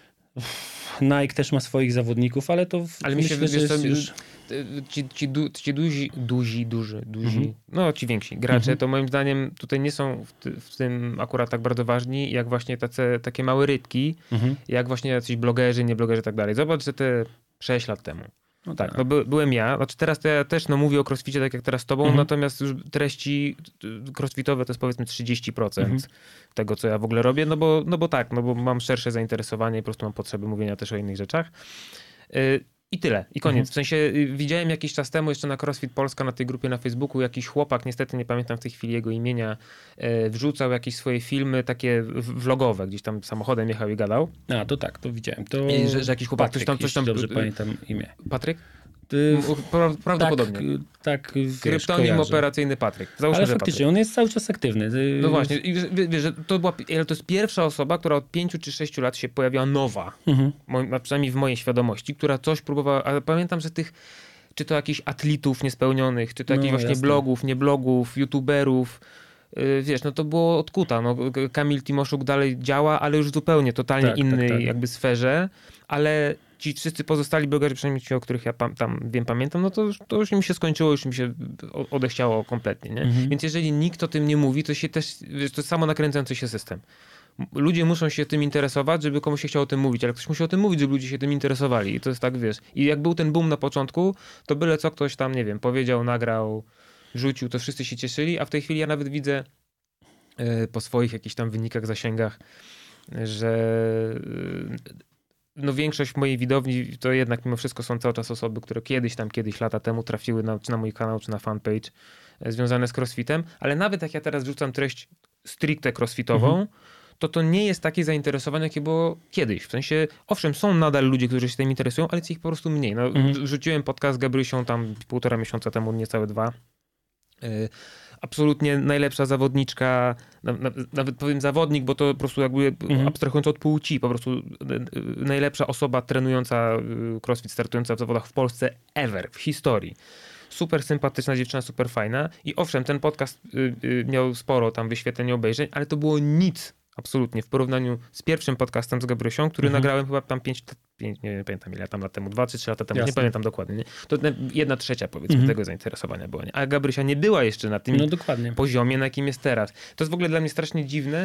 Nike też ma swoich zawodników, ale to w- Ale mi się myślę, że wiesz, jest co, już... ci, ci, du, ci duzi, duzi, duży, duzi, Mhm. no ci więksi gracze, Mhm. to moim zdaniem tutaj nie są w, ty, w tym akurat tak bardzo ważni, jak właśnie tace, takie małe rybki, Mhm. jak właśnie jacyś blogerzy, nie blogerzy i tak dalej. Zobacz, że te sześć lat temu. No Tak, no by, byłem ja, znaczy teraz to ja też no, mówię o crossficie tak jak teraz z tobą, Mhm. natomiast już treści y, crossfitowe to jest powiedzmy trzydzieści procent Mhm. tego, co ja w ogóle robię, no bo, no bo tak, no bo mam szersze zainteresowanie i po prostu mam potrzeby mówienia też o innych rzeczach. Y, I tyle, i koniec. Mhm. W sensie y, widziałem jakiś czas temu jeszcze na CrossFit Polska, na tej grupie na Facebooku, jakiś chłopak, niestety nie pamiętam w tej chwili jego imienia, y, wrzucał jakieś swoje filmy takie w- vlogowe, gdzieś tam samochodem jechał i gadał. A, to tak, to widziałem. To I że- że jakiś chłopak coś Patryk, tam- coś tam- jeśli dobrze pamiętam imię. Patryk? Pra- prawdopodobnie. Tak, tak wiesz, Kryptonim kojarzę. operacyjny Patryk. Załóżmy, Ale że faktycznie, Patryk. on jest cały czas aktywny. No właśnie, i wiesz, wiesz, że to, była, ale to jest pierwsza osoba, która od pięciu czy sześciu lat się pojawiła nowa, Mhm. Mo- przynajmniej w mojej świadomości, która coś próbowała, ale pamiętam, że tych, czy to jakichś atlitów niespełnionych, czy to jakichś No, właśnie jasne. blogów, nie blogów, youtuberów, yy, wiesz, no to było od kuta. No, K- Kamil Timoszuk dalej działa, ale już w zupełnie, totalnie Tak, tak, innej tak. jakby sferze, ale ci wszyscy pozostali blogerzy, przynajmniej ci, o których ja pam, tam wiem, pamiętam, no to, już- to już im się skończyło, już im się o- odechciało kompletnie, nie? Mhm. Więc jeżeli nikt o tym nie mówi, to się też, wiesz, to jest samo nakręcający się system. M- Ludzie muszą się tym interesować, żeby komuś się chciało o tym mówić, ale ktoś musi o tym mówić, żeby ludzie się tym interesowali. I to jest tak, wiesz. I jak był ten boom na początku, to byle co ktoś tam, nie wiem, powiedział, nagrał, rzucił, to wszyscy się cieszyli, a w tej chwili ja nawet widzę e, po swoich jakichś tam wynikach, zasięgach, że e, no większość mojej widowni to jednak mimo wszystko są cały czas osoby, które kiedyś tam, kiedyś lata temu trafiły na, czy na mój kanał, czy na fanpage e, związane z crossfitem, ale nawet jak ja teraz wrzucam treść stricte crossfitową, Mhm. to to nie jest takie zainteresowanie, jakie było kiedyś. W sensie, owszem, są nadal ludzie, którzy się tym interesują, ale jest ich po prostu mniej. No, Mhm. w- Rzuciłem podcast z Gabrysią tam półtora miesiąca temu, niecałe dwa. Y, Absolutnie najlepsza zawodniczka, na, na, nawet powiem zawodnik, bo to po prostu jakby Mhm. abstrahując od płci, po prostu y, y, najlepsza osoba trenująca y, crossfit, startująca w zawodach w Polsce ever, w historii. Super sympatyczna dziewczyna, super fajna. I owszem, ten podcast y, y, miał sporo tam wyświetleń i obejrzeń, ale to było nic absolutnie w porównaniu z pierwszym podcastem z Gabrysią, który Mhm. nagrałem chyba tam pięć, pięć, nie pamiętam ile tam lat temu, dwa czy trzy lata temu, nie Jasne. pamiętam dokładnie. Nie? To na- jedna trzecia powiedzmy Mhm. tego zainteresowania była. Nie? A Gabrysia nie była jeszcze na tym No dokładnie. poziomie, na jakim jest teraz. To jest w ogóle dla mnie strasznie dziwne,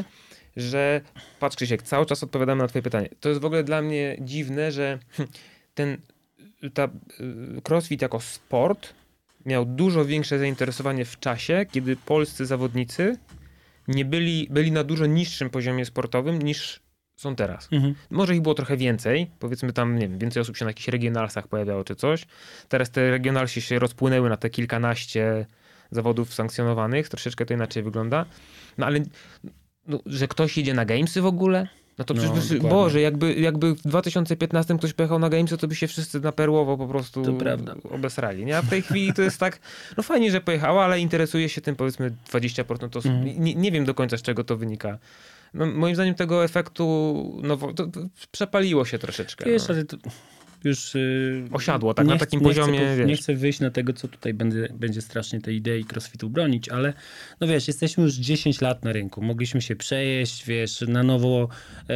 że patrz Krzysiek, cały czas odpowiadamy na twoje pytanie. To jest w ogóle dla mnie dziwne, że ten ta, y, crossfit jako sport miał dużo większe zainteresowanie w czasie, kiedy polscy zawodnicy nie byli, byli na dużo niższym poziomie sportowym niż są teraz. Mhm. Może ich było trochę więcej, powiedzmy tam, nie wiem, więcej osób się na jakichś regionalsach pojawiało czy coś. Teraz te regionalsi się rozpłynęły na te kilkanaście zawodów sankcjonowanych, troszeczkę to inaczej wygląda. No ale, no, że ktoś idzie na Gamesy w ogóle? No to No, przecież, dokładnie. Boże, jakby, jakby w dwa tysiące piętnastym ktoś pojechał na Gamesy, to by się wszyscy na perłowo po prostu To prawda. obesrali, nie? A w tej chwili to jest tak, no fajnie, że pojechała, ale interesuje się tym powiedzmy dwadzieścia procent osób. Mhm. Nie, nie wiem do końca, z czego to wynika. No, moim zdaniem tego efektu nowo, to, to przepaliło się troszeczkę. Wiesz, no. ale to już... Yy, Osiadło, tak, nie na ch- takim nie poziomie, Chcę, wiesz. nie chcę wyjść na tego, co tutaj będzie, będzie strasznie tej idei crossfitu bronić, ale no wiesz, jesteśmy już dziesięć lat na rynku. Mogliśmy się przejeść, wiesz, na nowo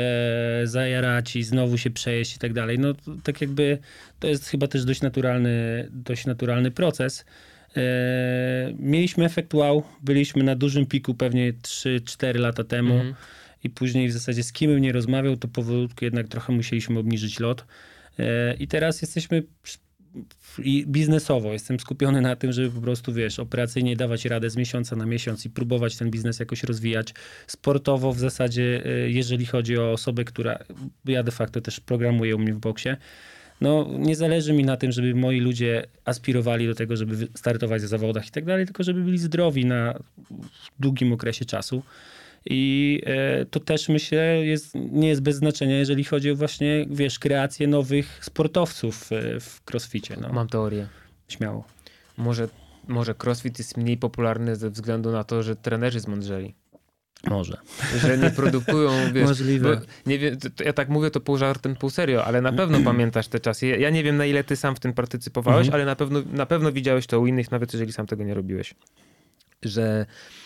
e, zajarać i znowu się przejeść i tak dalej. No to, tak jakby to jest chyba też dość naturalny, dość naturalny proces. E, mieliśmy efekt wow, byliśmy na dużym piku pewnie trzy cztery lata temu. Mhm. I później w zasadzie z kim bym nie rozmawiał, to powolutku jednak trochę musieliśmy obniżyć lot. E, I teraz jesteśmy przy- i biznesowo. Jestem skupiony na tym, żeby po prostu, wiesz, operacyjnie dawać radę z miesiąca na miesiąc i próbować ten biznes jakoś rozwijać. Sportowo w zasadzie, e, jeżeli chodzi o osobę, która, ja de facto też programuję u mnie w boksie, no nie zależy mi na tym, żeby moi ludzie aspirowali do tego, żeby wy- startować w zawodach i tak dalej, tylko żeby byli zdrowi na długim okresie czasu. I e, to też myślę jest, nie jest bez znaczenia, jeżeli chodzi o właśnie, wiesz, kreację nowych sportowców e, w crossficie. No. Mam teorię. Śmiało. Może, może crossfit jest mniej popularny ze względu na to, że trenerzy zmądrzeli. Może. Że nie produkują, wiesz, Możliwe. bo nie wiem, to, to ja tak mówię to pół żartem, pół serio, ale na pewno pamiętasz te czasy. Ja, ja nie wiem, na ile ty sam w tym partycypowałeś, Mhm. ale na pewno, na pewno widziałeś to u innych, nawet jeżeli sam tego nie robiłeś. Że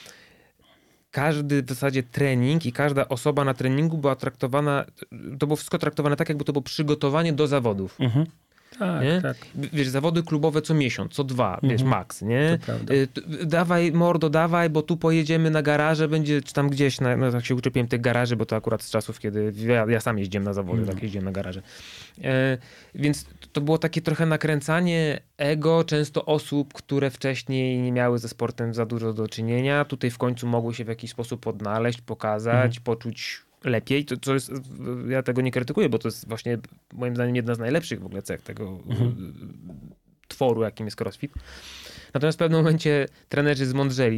każdy w zasadzie trening i każda osoba na treningu była traktowana, to było wszystko traktowane tak, jakby to było przygotowanie do zawodów. Mhm. Tak, Nie? tak. Wiesz, zawody klubowe co miesiąc, co dwa, wiesz, Mhm. maks, nie? To prawda. Y, t- Dawaj, mordo, dawaj, bo tu pojedziemy na garaże, będzie, czy tam gdzieś, na, no tak się uczepiłem tych garaży, bo to akurat z czasów, kiedy ja, ja sam jeździłem na zawody, Mhm. tak jeździłem na garaże. E, więc to było takie trochę nakręcanie ego często osób, które wcześniej nie miały ze sportem za dużo do czynienia, tutaj w końcu mogły się w jakiś sposób odnaleźć, pokazać, Mhm. poczuć lepiej, to, to jest, ja tego nie krytykuję, bo to jest właśnie moim zdaniem jedna z najlepszych w ogóle cech tego Mhm. tworu, jakim jest crossfit. Natomiast w pewnym momencie trenerzy zmądrzeli,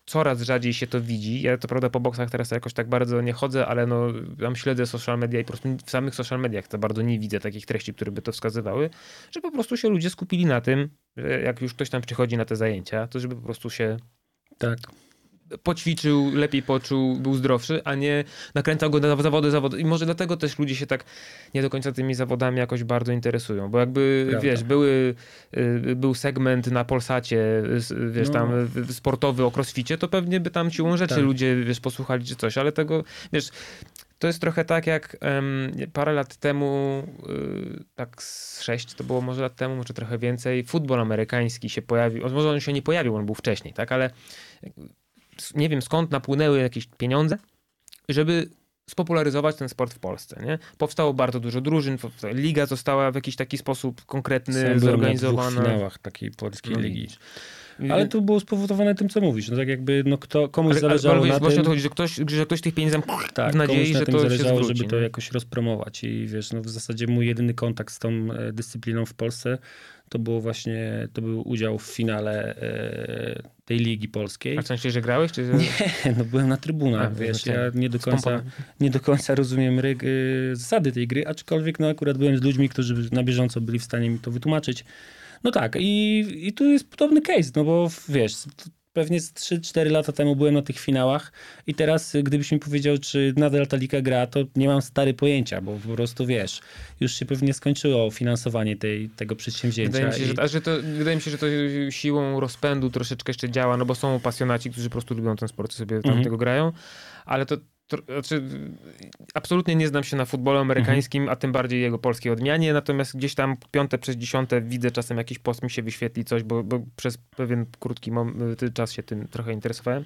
coraz rzadziej się to widzi. Ja to prawda po boksach teraz jakoś tak bardzo nie chodzę, ale no tam śledzę social media i po prostu w samych social mediach to bardzo nie widzę takich treści, które by to wskazywały, że po prostu się ludzie skupili na tym, że jak już ktoś tam przychodzi na te zajęcia, to żeby po prostu się Tak. poćwiczył, lepiej poczuł, był zdrowszy, a nie nakręcał go na zawody, zawody. I może dlatego też ludzie się tak nie do końca tymi zawodami jakoś bardzo interesują. Bo jakby, Prawda. wiesz, były, y, był segment na Polsacie, y, wiesz, No. tam y, sportowy o crossficie, to pewnie by tam siłą rzeczy Tak. ludzie, wiesz, posłuchali czy coś, ale tego, wiesz, to jest trochę tak jak um, parę lat temu, y, tak z sześć to było może lat temu, może trochę więcej, futbol amerykański się pojawił, może on się nie pojawił, on był wcześniej, tak, ale nie wiem skąd napłynęły jakieś pieniądze, żeby spopularyzować ten sport w Polsce, nie? Powstało bardzo dużo drużyn, liga została w jakiś taki sposób konkretny, Sam byłem zorganizowana. na dwóch finałach takiej polskiej No, ligi. widzisz. Ale to było spowodowane tym, co mówisz. No tak jakby no kto, komuś ale, zależało ale, na właśnie tym... o to chodzi, że ktoś, że ktoś tych pieniędzy Tak, w nadziei, komuś na że tym to się zależało, zwróci, żeby to nie? jakoś rozpromować. I wiesz, no w zasadzie mój jedyny kontakt z tą e, dyscypliną w Polsce to było właśnie, to był udział w finale e, tej ligi polskiej. A w sensie, że grałeś? Czy... Nie, no byłem na trybunach, A, wiesz, znaczy, ja nie do końca, skąpany. nie do końca rozumiem ry, y, zasady tej gry, aczkolwiek no akurat byłem z ludźmi, którzy na bieżąco byli w stanie mi to wytłumaczyć. No tak, i, i tu jest podobny case, no bo wiesz, pewnie z trzy cztery lata temu byłem na tych finałach i teraz gdybyś mi powiedział, czy nadal ta liga gra, to nie mam stary pojęcia, bo po prostu wiesz, już się pewnie skończyło finansowanie tej, tego przedsięwzięcia. Wydaje mi się, i... że, a że to, wydaje mi się, że to siłą rozpędu troszeczkę jeszcze działa, no bo są pasjonaci, którzy po prostu lubią ten sport i sobie tam Mhm. tego grają, ale to To, znaczy, absolutnie nie znam się na futbolu amerykańskim, mhm. a tym bardziej jego polskiej odmianie, natomiast gdzieś tam piąte przez dziesiąte widzę czasem jakiś post mi się wyświetli coś, bo, bo przez pewien krótki mom- czas się tym trochę interesowałem.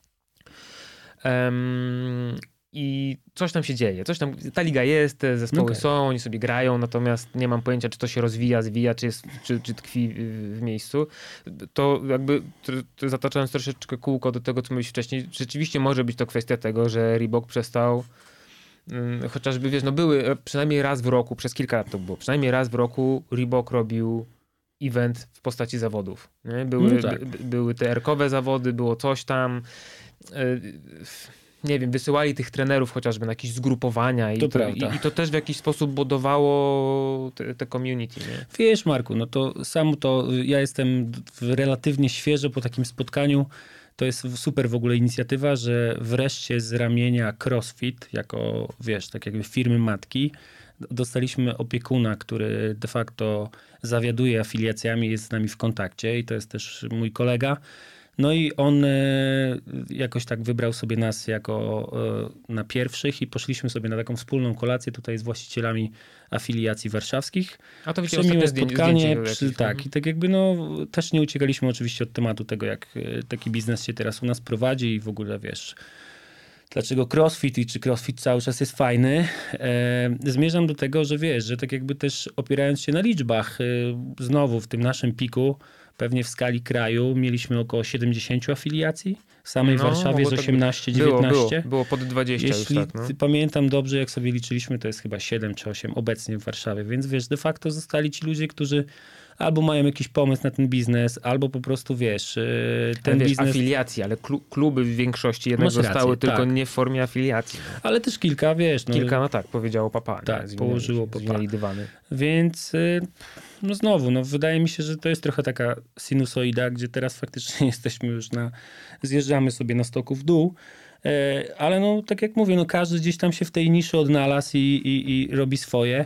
Um, I coś tam się dzieje, coś tam, ta liga jest, te zespoły Okay. są, oni sobie grają, natomiast nie mam pojęcia, czy to się rozwija, zwija, czy, jest, czy, czy tkwi w miejscu. To jakby, to, to zataczając troszeczkę kółko do tego, co mówiłeś wcześniej, rzeczywiście może być to kwestia tego, że Reebok przestał, hmm, chociażby, wiesz, no były, przynajmniej raz w roku, przez kilka lat to było, przynajmniej raz w roku Reebok robił event w postaci zawodów. Nie? Były, no tak. by, były te erkowe zawody, było coś tam, yy, nie wiem, wysyłali tych trenerów chociażby na jakieś zgrupowania i to, to, i, i to też w jakiś sposób budowało te, te community, nie? Wiesz, Marku, no to samo to, ja jestem relatywnie świeżo po takim spotkaniu. To jest super w ogóle inicjatywa, że wreszcie z ramienia CrossFit, jako wiesz, tak jakby firmy matki, dostaliśmy opiekuna, który de facto zawiaduje afiliacjami, jest z nami w kontakcie i to jest też mój kolega. No i on e, jakoś tak wybrał sobie nas jako e, na pierwszych i poszliśmy sobie na taką wspólną kolację tutaj z właścicielami afiliacji warszawskich. A to wiecie, Przemiłe ostatnie spotkanie, zdjęcie przy, jakieś, tak. mhm. I tak jakby no też nie uciekaliśmy oczywiście od tematu tego, jak e, taki biznes się teraz u nas prowadzi i w ogóle wiesz, dlaczego CrossFit i czy CrossFit cały czas jest fajny. E, zmierzam do tego, że wiesz, że tak jakby też opierając się na liczbach, e, znowu w tym naszym piku, pewnie w skali kraju mieliśmy około siedemdziesiąt afiliacji. W samej No, Warszawie mogło z tak osiemnaście być. dziewiętnaście. Było, było, było pod dwadzieścia Jeśli już tak, no. pamiętam dobrze, jak sobie liczyliśmy, to jest chyba siedem czy osiem obecnie w Warszawie. Więc wiesz, de facto zostali ci ludzie, którzy albo mają jakiś pomysł na ten biznes, albo po prostu wiesz, ten ale wiesz, biznes... afiliacje, ale klu- kluby w większości jednak Masz zostały, rację, tylko tak. nie w formie afiliacji. No. Ale też kilka, wiesz... No, Kilka, no tak, powiedziało papa. Tak, nie? Zwinęli położyło się, papa. zwinęli dywany. Więc no znowu, no wydaje mi się, że to jest trochę taka sinusoida, gdzie teraz faktycznie jesteśmy już na... Zjeżdżamy sobie na stoku w dół, ale no tak jak mówię, no każdy gdzieś tam się w tej niszy odnalazł i, i, i robi swoje.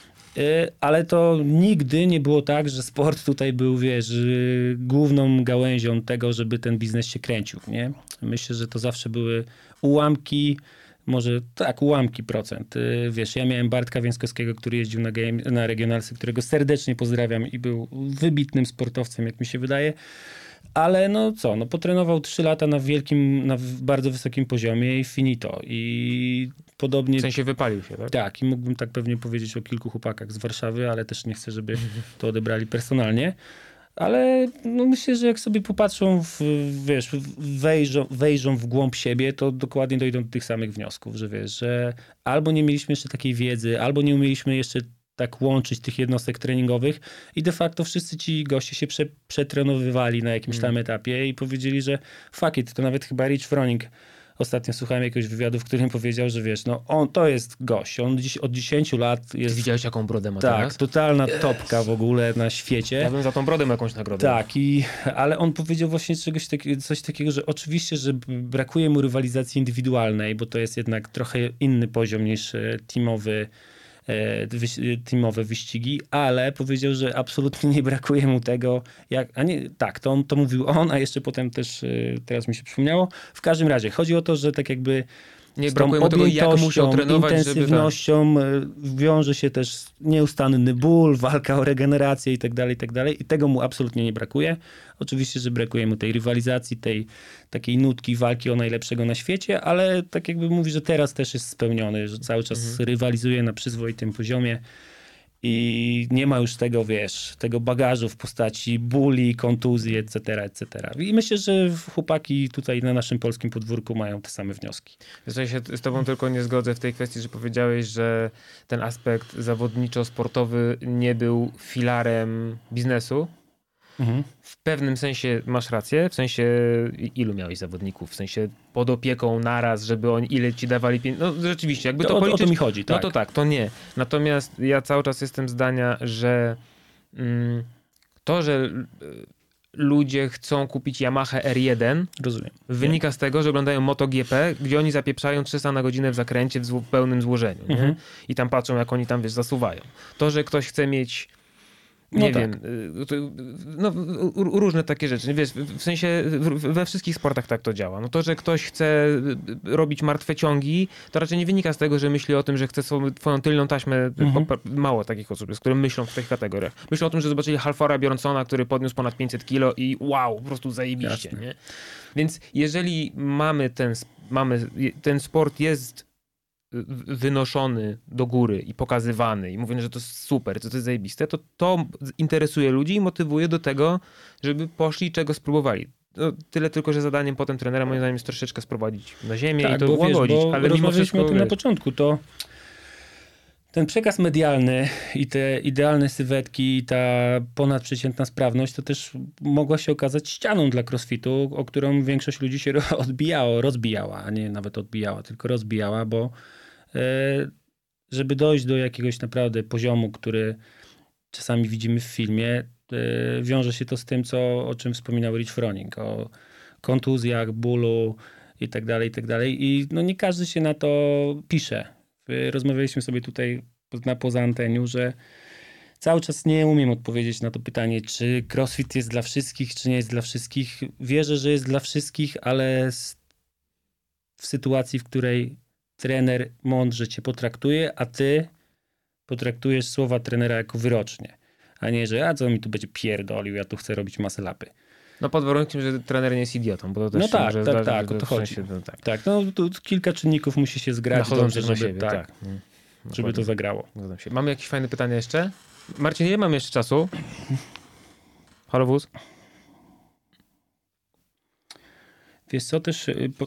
Ale to nigdy nie było tak, że sport tutaj był, wiesz, główną gałęzią tego, żeby ten biznes się kręcił, nie? Myślę, że to zawsze były ułamki, może tak, ułamki procent. Wiesz, ja miałem Bartka Więckowskiego, który jeździł na, game, na regionalsy, którego serdecznie pozdrawiam i był wybitnym sportowcem, jak mi się wydaje. Ale no co, no potrenował trzy lata na wielkim, na bardzo wysokim poziomie i finito. I podobnie... W sensie wypalił się, tak? Tak, i mógłbym tak pewnie powiedzieć o kilku chłopakach z Warszawy, ale też nie chcę, żeby to odebrali personalnie. Ale no myślę, że jak sobie popatrzą, w, wiesz, wejrzą, wejrzą w głąb siebie, to dokładnie dojdą do tych samych wniosków, że wiesz, że albo nie mieliśmy jeszcze takiej wiedzy, albo nie umieliśmy jeszcze tak łączyć tych jednostek treningowych i de facto wszyscy ci goście się prze, przetrenowywali na jakimś tam etapie i powiedzieli, że fuck it, to nawet chyba Rich Froning. Ostatnio słuchałem jakiegoś wywiadu, w którym powiedział, że wiesz, no on to jest gość, on dziś, od dziesięciu lat jest... Ty widziałeś, jaką brodę ma tak, teraz? totalna yes. topka w ogóle na świecie. Ja bym za tą brodę jakąś nagrodę. Tak, i, ale on powiedział właśnie czegoś taki, coś takiego, że oczywiście, że brakuje mu rywalizacji indywidualnej, bo to jest jednak trochę inny poziom niż teamowy, teamowe wyścigi, ale powiedział, że absolutnie nie brakuje mu tego, jak, a nie, tak, to, on, to mówił on, a jeszcze potem też, teraz mi się przypomniało. W każdym razie, chodzi o to, że tak jakby nie brakuje mu tego, jak musiał trenować, intensywnością żeby, tak. wiąże się też nieustanny ból, walka o regenerację i tak dalej, i tak dalej. I tego mu absolutnie nie brakuje. Oczywiście, że brakuje mu tej rywalizacji, tej takiej nutki walki o najlepszego na świecie, ale tak jakby mówi, że teraz też jest spełniony, że cały czas mhm. rywalizuje na przyzwoitym poziomie i nie ma już tego, wiesz, tego bagażu w postaci bóli, kontuzji, et cetera, et cetera. I myślę, że chłopaki tutaj na naszym polskim podwórku mają te same wnioski. Ja się z tobą tylko nie zgodzę w tej kwestii, że powiedziałeś, że ten aspekt zawodniczo-sportowy nie był filarem biznesu. Mhm. W pewnym sensie masz rację, w sensie ilu miałeś zawodników, w sensie pod opieką naraz, żeby oni ile ci dawali pieniędzy. No rzeczywiście, jakby to, to policzyć, o to mi chodzi, tak. No to tak, to nie. Natomiast ja cały czas jestem zdania, że mm, to, że ludzie chcą kupić Yamaha R jeden, rozumiem, wynika nie. z tego, że oglądają MotoGP, gdzie oni zapieprzają trzysta na godzinę w zakręcie w zło- pełnym złożeniu. Mhm. Nie? I tam patrzą, jak oni tam, wiesz, zasuwają. To, że ktoś chce mieć Nie no wiem, tak. no, różne takie rzeczy. Wiesz, w sensie we wszystkich sportach tak to działa. No to, że ktoś chce robić martwe ciągi, to raczej nie wynika z tego, że myśli o tym, że chce swoją, twoją tylną taśmę. Mhm. Mało takich osób, z którym myślą w tych kategoriach. Myślą o tym, że zobaczyli Halfora Bjornsona, który podniósł ponad pięćset kilo i wow, po prostu zajebiście. Nie? Więc jeżeli mamy ten, mamy, ten sport jest wynoszony do góry i pokazywany i mówiony, że to jest super, że to jest zajebiste, to to interesuje ludzi i motywuje do tego, żeby poszli i czego spróbowali. No, tyle tylko, że zadaniem potem trenera moim zdaniem jest troszeczkę sprowadzić na ziemię tak, i to bo łagodzić. Wiesz, bo ale mimo wszystko, o tym na początku, to ten przekaz medialny i te idealne sylwetki i ta ponadprzeciętna sprawność to też mogła się okazać ścianą dla crossfitu, o którą większość ludzi się odbijało, rozbijała, a nie nawet odbijała, tylko rozbijała, bo żeby dojść do jakiegoś naprawdę poziomu, który czasami widzimy w filmie, wiąże się to z tym, co, o czym wspominał Rich Froning, o kontuzjach, bólu i tak dalej, i tak dalej. I no nie każdy się na to pisze. Rozmawialiśmy sobie tutaj na poza anteniu, że cały czas nie umiem odpowiedzieć na to pytanie, czy crossfit jest dla wszystkich, czy nie jest dla wszystkich. Wierzę, że jest dla wszystkich, ale w sytuacji, w której trener mądrze cię potraktuje, a ty potraktujesz słowa trenera jako wyrocznie. A nie, że a co mi tu będzie pierdolił, ja tu chcę robić muscle upy. No pod warunkiem, że trener nie jest idiotą, bo to też no tak, może tak, zdarzyć, tak, o to chodzi. Sensie, no tak. tak, no tu kilka czynników musi się zgrać, dobrze, żeby, siebie, tak, tak. Hmm. żeby to zagrało. Mamy jakieś fajne pytania jeszcze? Marcin, nie mam jeszcze czasu. Halo wóz? Wiesz co, też... Po...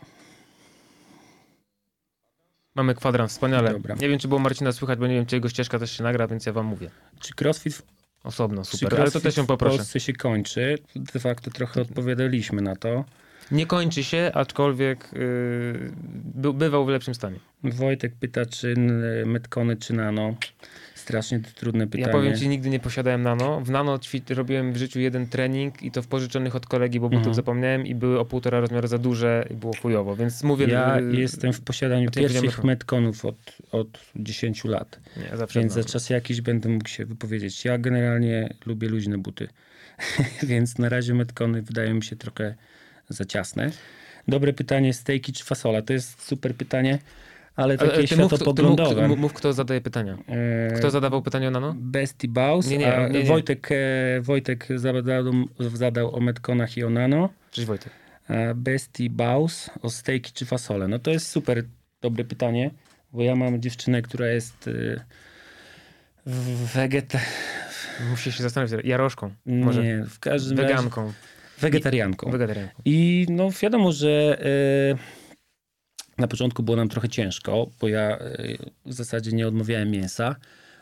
Mamy kwadrans, wspaniale. Dobra. Nie wiem, czy było Marcina słychać, bo nie wiem, czy jego ścieżka też się nagra, więc ja wam mówię. Czy crossfit... Osobno, super, ale to też ją poproszę. W Polsce się kończy. De facto trochę odpowiadaliśmy na to. Nie kończy się, aczkolwiek yy, bywał w lepszym stanie. Wojtek pyta, czy Metcony, czy Nano. Strasznie trudne pytanie. Ja powiem ci, nigdy nie posiadałem Nano. W Nano ćwi- robiłem w życiu jeden trening i to w pożyczonych od kolegi, bo butów mhm. zapomniałem i były o półtora rozmiaru za duże i było chujowo, więc mówię... Ja yy, jestem w posiadaniu pierwszych Metconów od, od dziesięciu lat. Nie, zawsze więc za czas jakiś będę mógł się wypowiedzieć. Ja generalnie lubię luźne buty, więc na razie Metcony wydają mi się trochę za ciasne. Dobre pytanie, stejki czy fasola? To jest super pytanie. Ale takie ale światopoglądowe. Mów, mów, kto zadaje pytania. Kto zadawał pytanie o Nano? Bestie Baus. Nie, nie, a nie, nie. Wojtek, Wojtek zadał, zadał o Metconach i o Nano. Cześć Wojtek. Bestie Baus o stejki czy fasole. No to jest super dobre pytanie, bo ja mam dziewczynę, która jest wegeta... Musisz się zastanowić. Jaroszką. Może. Nie, w każdym Weganką. razie... Wegetarianką. Wegetarianką. I no wiadomo, że... Yy, na początku było nam trochę ciężko, bo ja w zasadzie nie odmawiałem mięsa,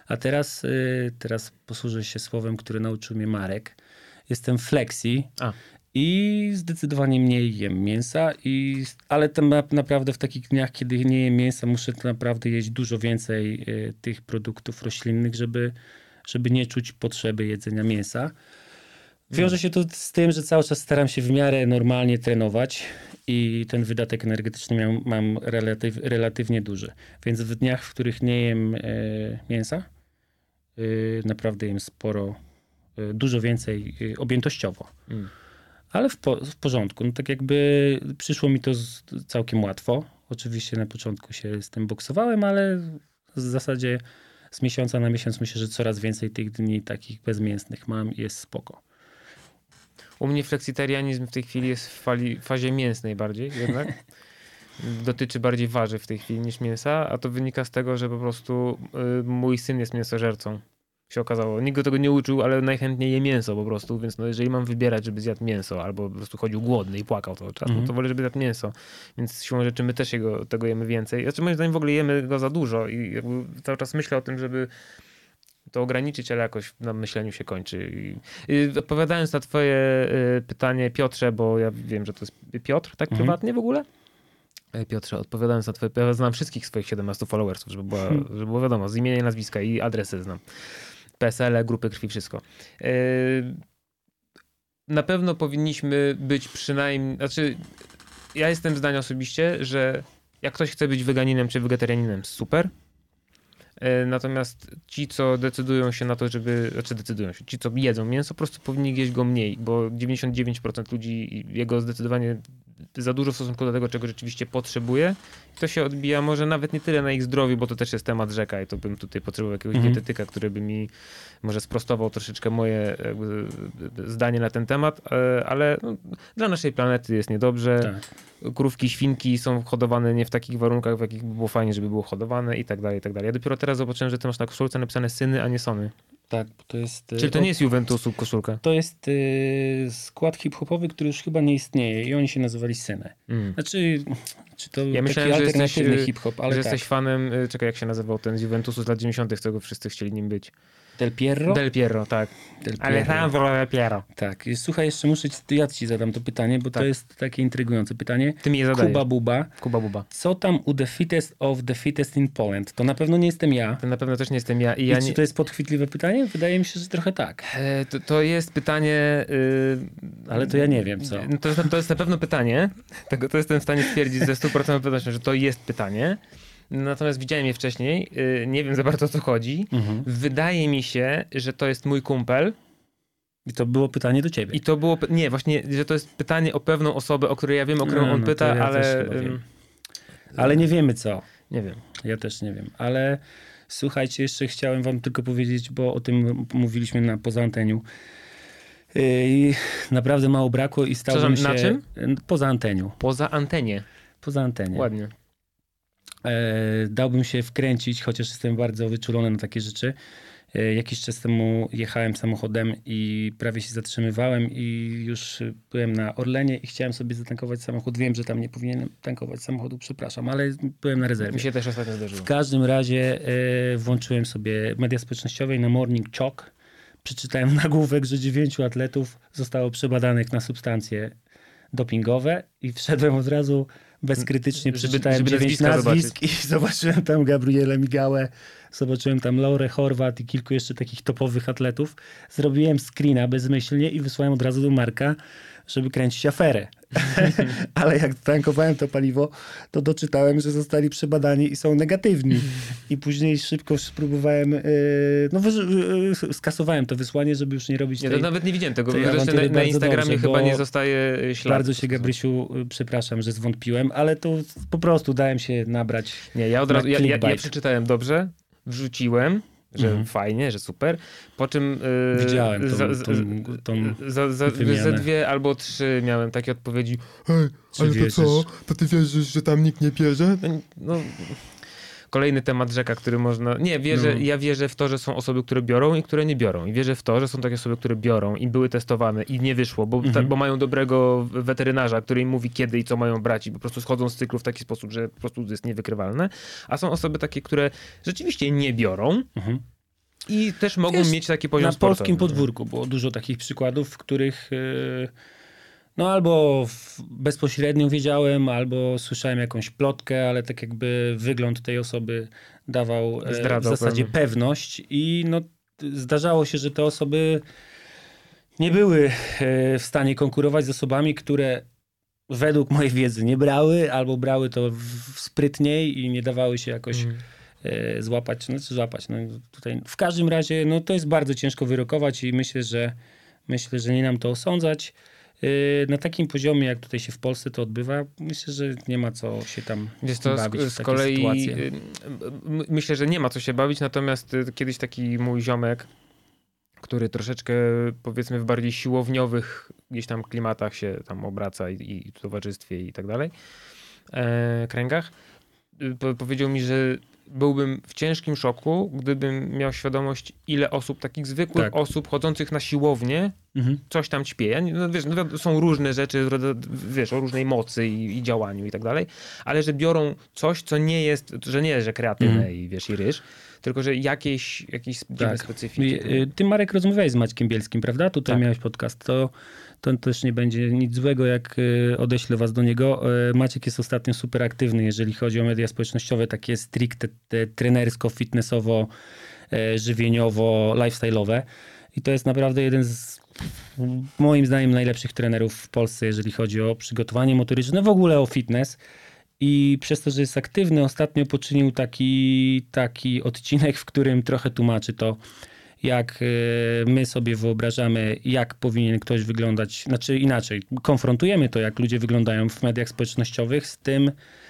A teraz, y, teraz posłużę się słowem, które nauczył mnie Marek. Jestem flexi. A. I zdecydowanie mniej jem mięsa, i, ale tam na, naprawdę w takich dniach, kiedy nie jem mięsa, muszę naprawdę jeść dużo więcej y, tych produktów roślinnych, żeby, żeby nie czuć potrzeby jedzenia mięsa. Wiąże się to z tym, że cały czas staram się w miarę normalnie trenować i ten wydatek energetyczny miał, mam relatyw, relatywnie duży. Więc w dniach, w których nie jem y, mięsa, y, naprawdę jem sporo, y, dużo więcej y, objętościowo. Mm. Ale w, po, w porządku. No tak jakby przyszło mi to z, całkiem łatwo. Oczywiście na początku się z tym boksowałem, ale w zasadzie z miesiąca na miesiąc myślę, że coraz więcej tych dni takich bezmięsnych mam i jest spoko. U mnie fleksitarianizm w tej chwili jest w fali, fazie mięsnej bardziej jednak. Dotyczy bardziej warzyw w tej chwili niż mięsa, a to wynika z tego, że po prostu y, mój syn jest mięsożercą. Się okazało. Nikt go tego nie uczył, ale najchętniej je mięso po prostu, więc no jeżeli mam wybierać, żeby zjadł mięso, albo po prostu chodził głodny i płakał cały czas, mm. no to wolę, żeby zjadł mięso. Więc siłą rzeczy my też jego, tego jemy więcej. Znaczy moim zdaniem w ogóle jemy go za dużo i jakby cały czas myślę o tym, żeby to ograniczyć, ale jakoś na myśleniu się kończy. I, i odpowiadając na twoje y, pytanie, Piotrze, bo ja wiem, że to jest Piotr, tak mm. prywatnie w ogóle? Piotrze, odpowiadając na twoje, ja znam wszystkich swoich siedemnastu followersów, żeby, była, hmm. żeby było wiadomo, z imienia i nazwiska i adresy znam. P S L, grupy krwi, wszystko. Yy, na pewno powinniśmy być przynajmniej, znaczy ja jestem zdania osobiście, że jak ktoś chce być weganinem czy wegetarianinem, super. Yy, natomiast ci, co decydują się na to, żeby, znaczy decydują się, ci, co jedzą mięso, po prostu powinni jeść go mniej, bo dziewięćdziesiąt dziewięć procent ludzi jego zdecydowanie za dużo w stosunku do tego, czego rzeczywiście potrzebuje. I to się odbija może nawet nie tyle na ich zdrowiu, bo to też jest temat rzeka i to bym tutaj potrzebował jakiegoś mm-hmm. dietetyka, który by mi może sprostował troszeczkę moje jakby zdanie na ten temat, ale no, dla naszej planety jest niedobrze. Tak. Krówki, świnki są hodowane nie w takich warunkach, w jakich by było fajnie, żeby było hodowane i tak dalej, i tak dalej. Ja dopiero teraz zobaczyłem, że ty masz na koszulce napisane syny, a nie sony. Tak, to jest... Czyli to nie jest Juventusu koszulka? To jest y, skład hip-hopowy, który już chyba nie istnieje i oni się nazywali Syny. Mm. Znaczy, czy to ja taki myślałem, alternatywny jesteś, hip-hop, ale że tak. jesteś fanem, czekaj, jak się nazywał ten z Juventusu z lat dziewięćdziesiątych, czego wszyscy chcieli nim być. Del Piero? Del Piero, tak. Del Piero. Alejandro Del Piero. Tak. Słuchaj, jeszcze muszę ci, ja ci zadam to pytanie, bo tak. to jest takie intrygujące pytanie. Ty mi je zadajesz. Kuba Buba. Kuba Buba. Co tam u The Fittest of the Fittest in Poland? To na pewno nie jestem ja. To na pewno też nie jestem ja. I, I ja czy nie... to jest podchwytliwe pytanie? Wydaje mi się, że trochę tak. E, to, to jest pytanie... Yy... Ale to ja nie wiem, co. To jest, to jest na pewno pytanie. Tego to jestem w stanie stwierdzić ze stu procent pewnością, że to jest pytanie. Natomiast widziałem je wcześniej, nie wiem za bardzo o co chodzi. Mhm. Wydaje mi się, że to jest mój kumpel. I to było pytanie do ciebie. I to było, nie, właśnie, że to jest pytanie o pewną osobę, o której ja wiem, o którą no, on no, pyta, ja ale... Um, ale nie wiemy co. Nie wiem. Ja też nie wiem, ale słuchajcie, jeszcze chciałem wam tylko powiedzieć, bo o tym mówiliśmy na poza anteniu. Yy, naprawdę mało brakło i stałbym się... na czym? Poza anteniu. Poza antenie. Poza antenie. Ładnie. E, dałbym się wkręcić, chociaż jestem bardzo wyczulony na takie rzeczy. E, jakiś czas temu jechałem samochodem i prawie się zatrzymywałem i już byłem na Orlenie i chciałem sobie zatankować samochód. Wiem, że tam nie powinienem tankować samochodu, przepraszam, ale byłem na rezerwie. Mi się też ostatnio zdarzyło. W każdym razie e, włączyłem sobie media społecznościowe i na Morning Chalk przeczytałem nagłówek, że dziewięciu atletów zostało przebadanych na substancje dopingowe i wszedłem od razu bezkrytycznie, przeczytałem żeby, żeby dziewięć nazwisk zobaczyć. I zobaczyłem tam Gabrielę Migałę, zobaczyłem tam Laurę Horvat i kilku jeszcze takich topowych atletów. Zrobiłem screena bezmyślnie i wysłałem od razu do Marka, żeby kręcić aferę. Ale jak tankowałem to paliwo, to doczytałem, że zostali przebadani i są negatywni. I później szybko spróbowałem, yy, no yy, skasowałem to wysłanie, żeby już nie robić nie, tej... to nawet nie widziałem tego. Zresztą na, na Instagramie dobrze, chyba nie zostaje ślad. Bardzo się, Gabrysiu, przepraszam, że zwątpiłem, ale to po prostu dałem się nabrać. Nie, ja od razu, ja, ja, ja przeczytałem dobrze, wrzuciłem, że mhm. fajnie, że super. Po czym yy, widziałem tą, za, tą, tą za, za, ze dwie albo trzy miałem takie odpowiedzi. Hej, ale to co? To ty wierzysz, że tam nikt nie bierze? No, kolejny temat rzeka, który można... Nie, wierzę, no. ja wierzę w to, że są osoby, które biorą i które nie biorą. I wierzę w to, że są takie osoby, które biorą i były testowane i nie wyszło, bo, mhm. ta, bo mają dobrego weterynarza, który im mówi kiedy i co mają brać i po prostu schodzą z cyklu w taki sposób, że po prostu jest niewykrywalne. A są osoby takie, które rzeczywiście nie biorą, mhm. I też mogą Wiesz, mieć taki poziom na sportowy. polskim podwórku było dużo takich przykładów, w których yy, no albo w, bezpośrednio wiedziałem, albo słyszałem jakąś plotkę, ale tak jakby wygląd tej osoby dawał e, w Zdradzał zasadzie pewnie. pewność i no zdarzało się, że te osoby nie były e, w stanie konkurować z osobami, które według mojej wiedzy nie brały, albo brały to w, w sprytniej i nie dawały się jakoś Mm. e, złapać, znaczy złapać. No tutaj w każdym razie no to jest bardzo ciężko wyrokować i myślę, że myślę, że nie nam to osądzać. E, na takim poziomie, jak tutaj się w Polsce to odbywa, myślę, że nie ma co się tam Wiesz, to bawić z, w z takie kolei sytuacje. y, m- myślę, że nie ma co się bawić, natomiast y, kiedyś taki mój ziomek, który troszeczkę powiedzmy w bardziej siłowniowych gdzieś tam klimatach się tam obraca i, i w towarzystwie i tak dalej, e, kręgach, y, po, powiedział mi, że byłbym w ciężkim szoku, gdybym miał świadomość, ile osób, takich zwykłych Tak. osób chodzących na siłownię, Mhm. coś tam ćpie. No, wiesz, no, są różne rzeczy, wiesz, o różnej mocy i, i działaniu i tak dalej, ale że biorą coś, co nie jest, że nie jest, że kreatynę Mhm. i wiesz, i ryż, tylko że jakieś, jakieś dziwne Tak. specyfiki. I, y, Ty, Marek, rozmawiałeś z Maćkiem Bielskim, prawda? Tutaj Tak. miałeś podcast. To, to też nie będzie nic złego, jak y, odeślę was do niego. Y, Maciek jest ostatnio super aktywny, jeżeli chodzi o media społecznościowe, takie stricte te, trenersko, fitnessowo, e, żywieniowo, lifestyle'owe. I to jest naprawdę jeden z moim zdaniem najlepszych trenerów w Polsce, jeżeli chodzi o przygotowanie motoryczne, w ogóle o fitness. I przez to, że jest aktywny, ostatnio poczynił taki, taki odcinek, w którym trochę tłumaczy to, jak y, my sobie wyobrażamy, jak powinien ktoś wyglądać, znaczy inaczej, konfrontujemy to, jak ludzie wyglądają w mediach społecznościowych z tym,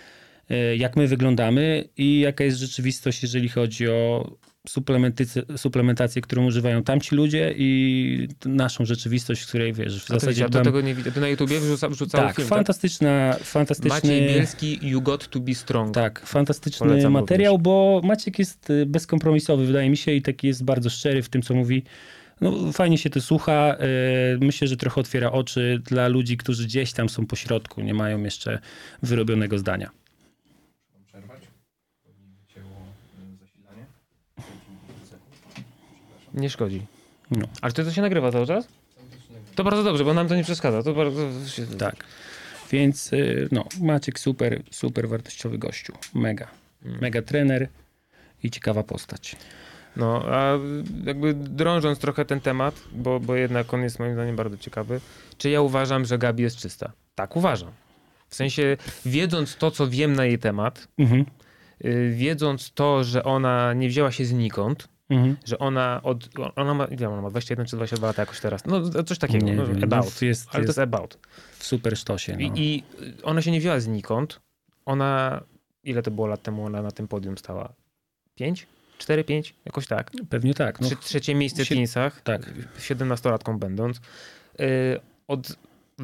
y, jak my wyglądamy i jaka jest rzeczywistość, jeżeli chodzi o suplementycy- suplementację, którą używają tamci ludzie i naszą rzeczywistość, w której, wiesz, w A to zasadzie widziałem, tam... do tego nie widzę. To na YouTubie wrzuca, wrzucał Tak, film, fantastyczna, tak? fantastyczny... Maciej Bielski, You Got to be Strong. Tak, fantastyczny Polecam materiał, również. bo Maciek jest y, bezkompromisowy, wydaje mi się, i taki jest bardzo szczery w tym, co mówi. No, fajnie się to słucha. y, Myślę, że trochę otwiera oczy dla ludzi, którzy gdzieś tam są po środku, nie mają jeszcze wyrobionego zdania. Przerwać? Bo mi wycięło y, zasilanie. Nie szkodzi. No. Ale to, to się nagrywa cały czas? To bardzo dobrze, bo nam to nie przeszkadza. To bardzo... Tak. Więc y, no, Maciek super, super wartościowy gościu. Mega. Mega trener i ciekawa postać. No, a jakby drążąc trochę ten temat, bo, bo jednak on jest moim zdaniem bardzo ciekawy, czy ja uważam, że Gabi jest czysta? Tak, uważam. W sensie, wiedząc to, co wiem na jej temat, Mhm. yy, wiedząc to, że ona nie wzięła się znikąd, Mhm. że ona od... Ona ma, nie wiem, ona ma dwadzieścia jeden czy dwadzieścia dwa lata jakoś teraz. No, coś takiego. Nie no, wiem, about. no, jest- Ale to jest- jest about. W super sztosie. No. I, I ona się nie wzięła znikąd. Ona... Ile to było lat temu ona na tym podium stała? Pięć? Cztery, pięć? Jakoś tak. Pewnie tak. No, Trze- trzecie miejsce w sie- tenisach, tak. siedemnastolatką będąc. Yy, od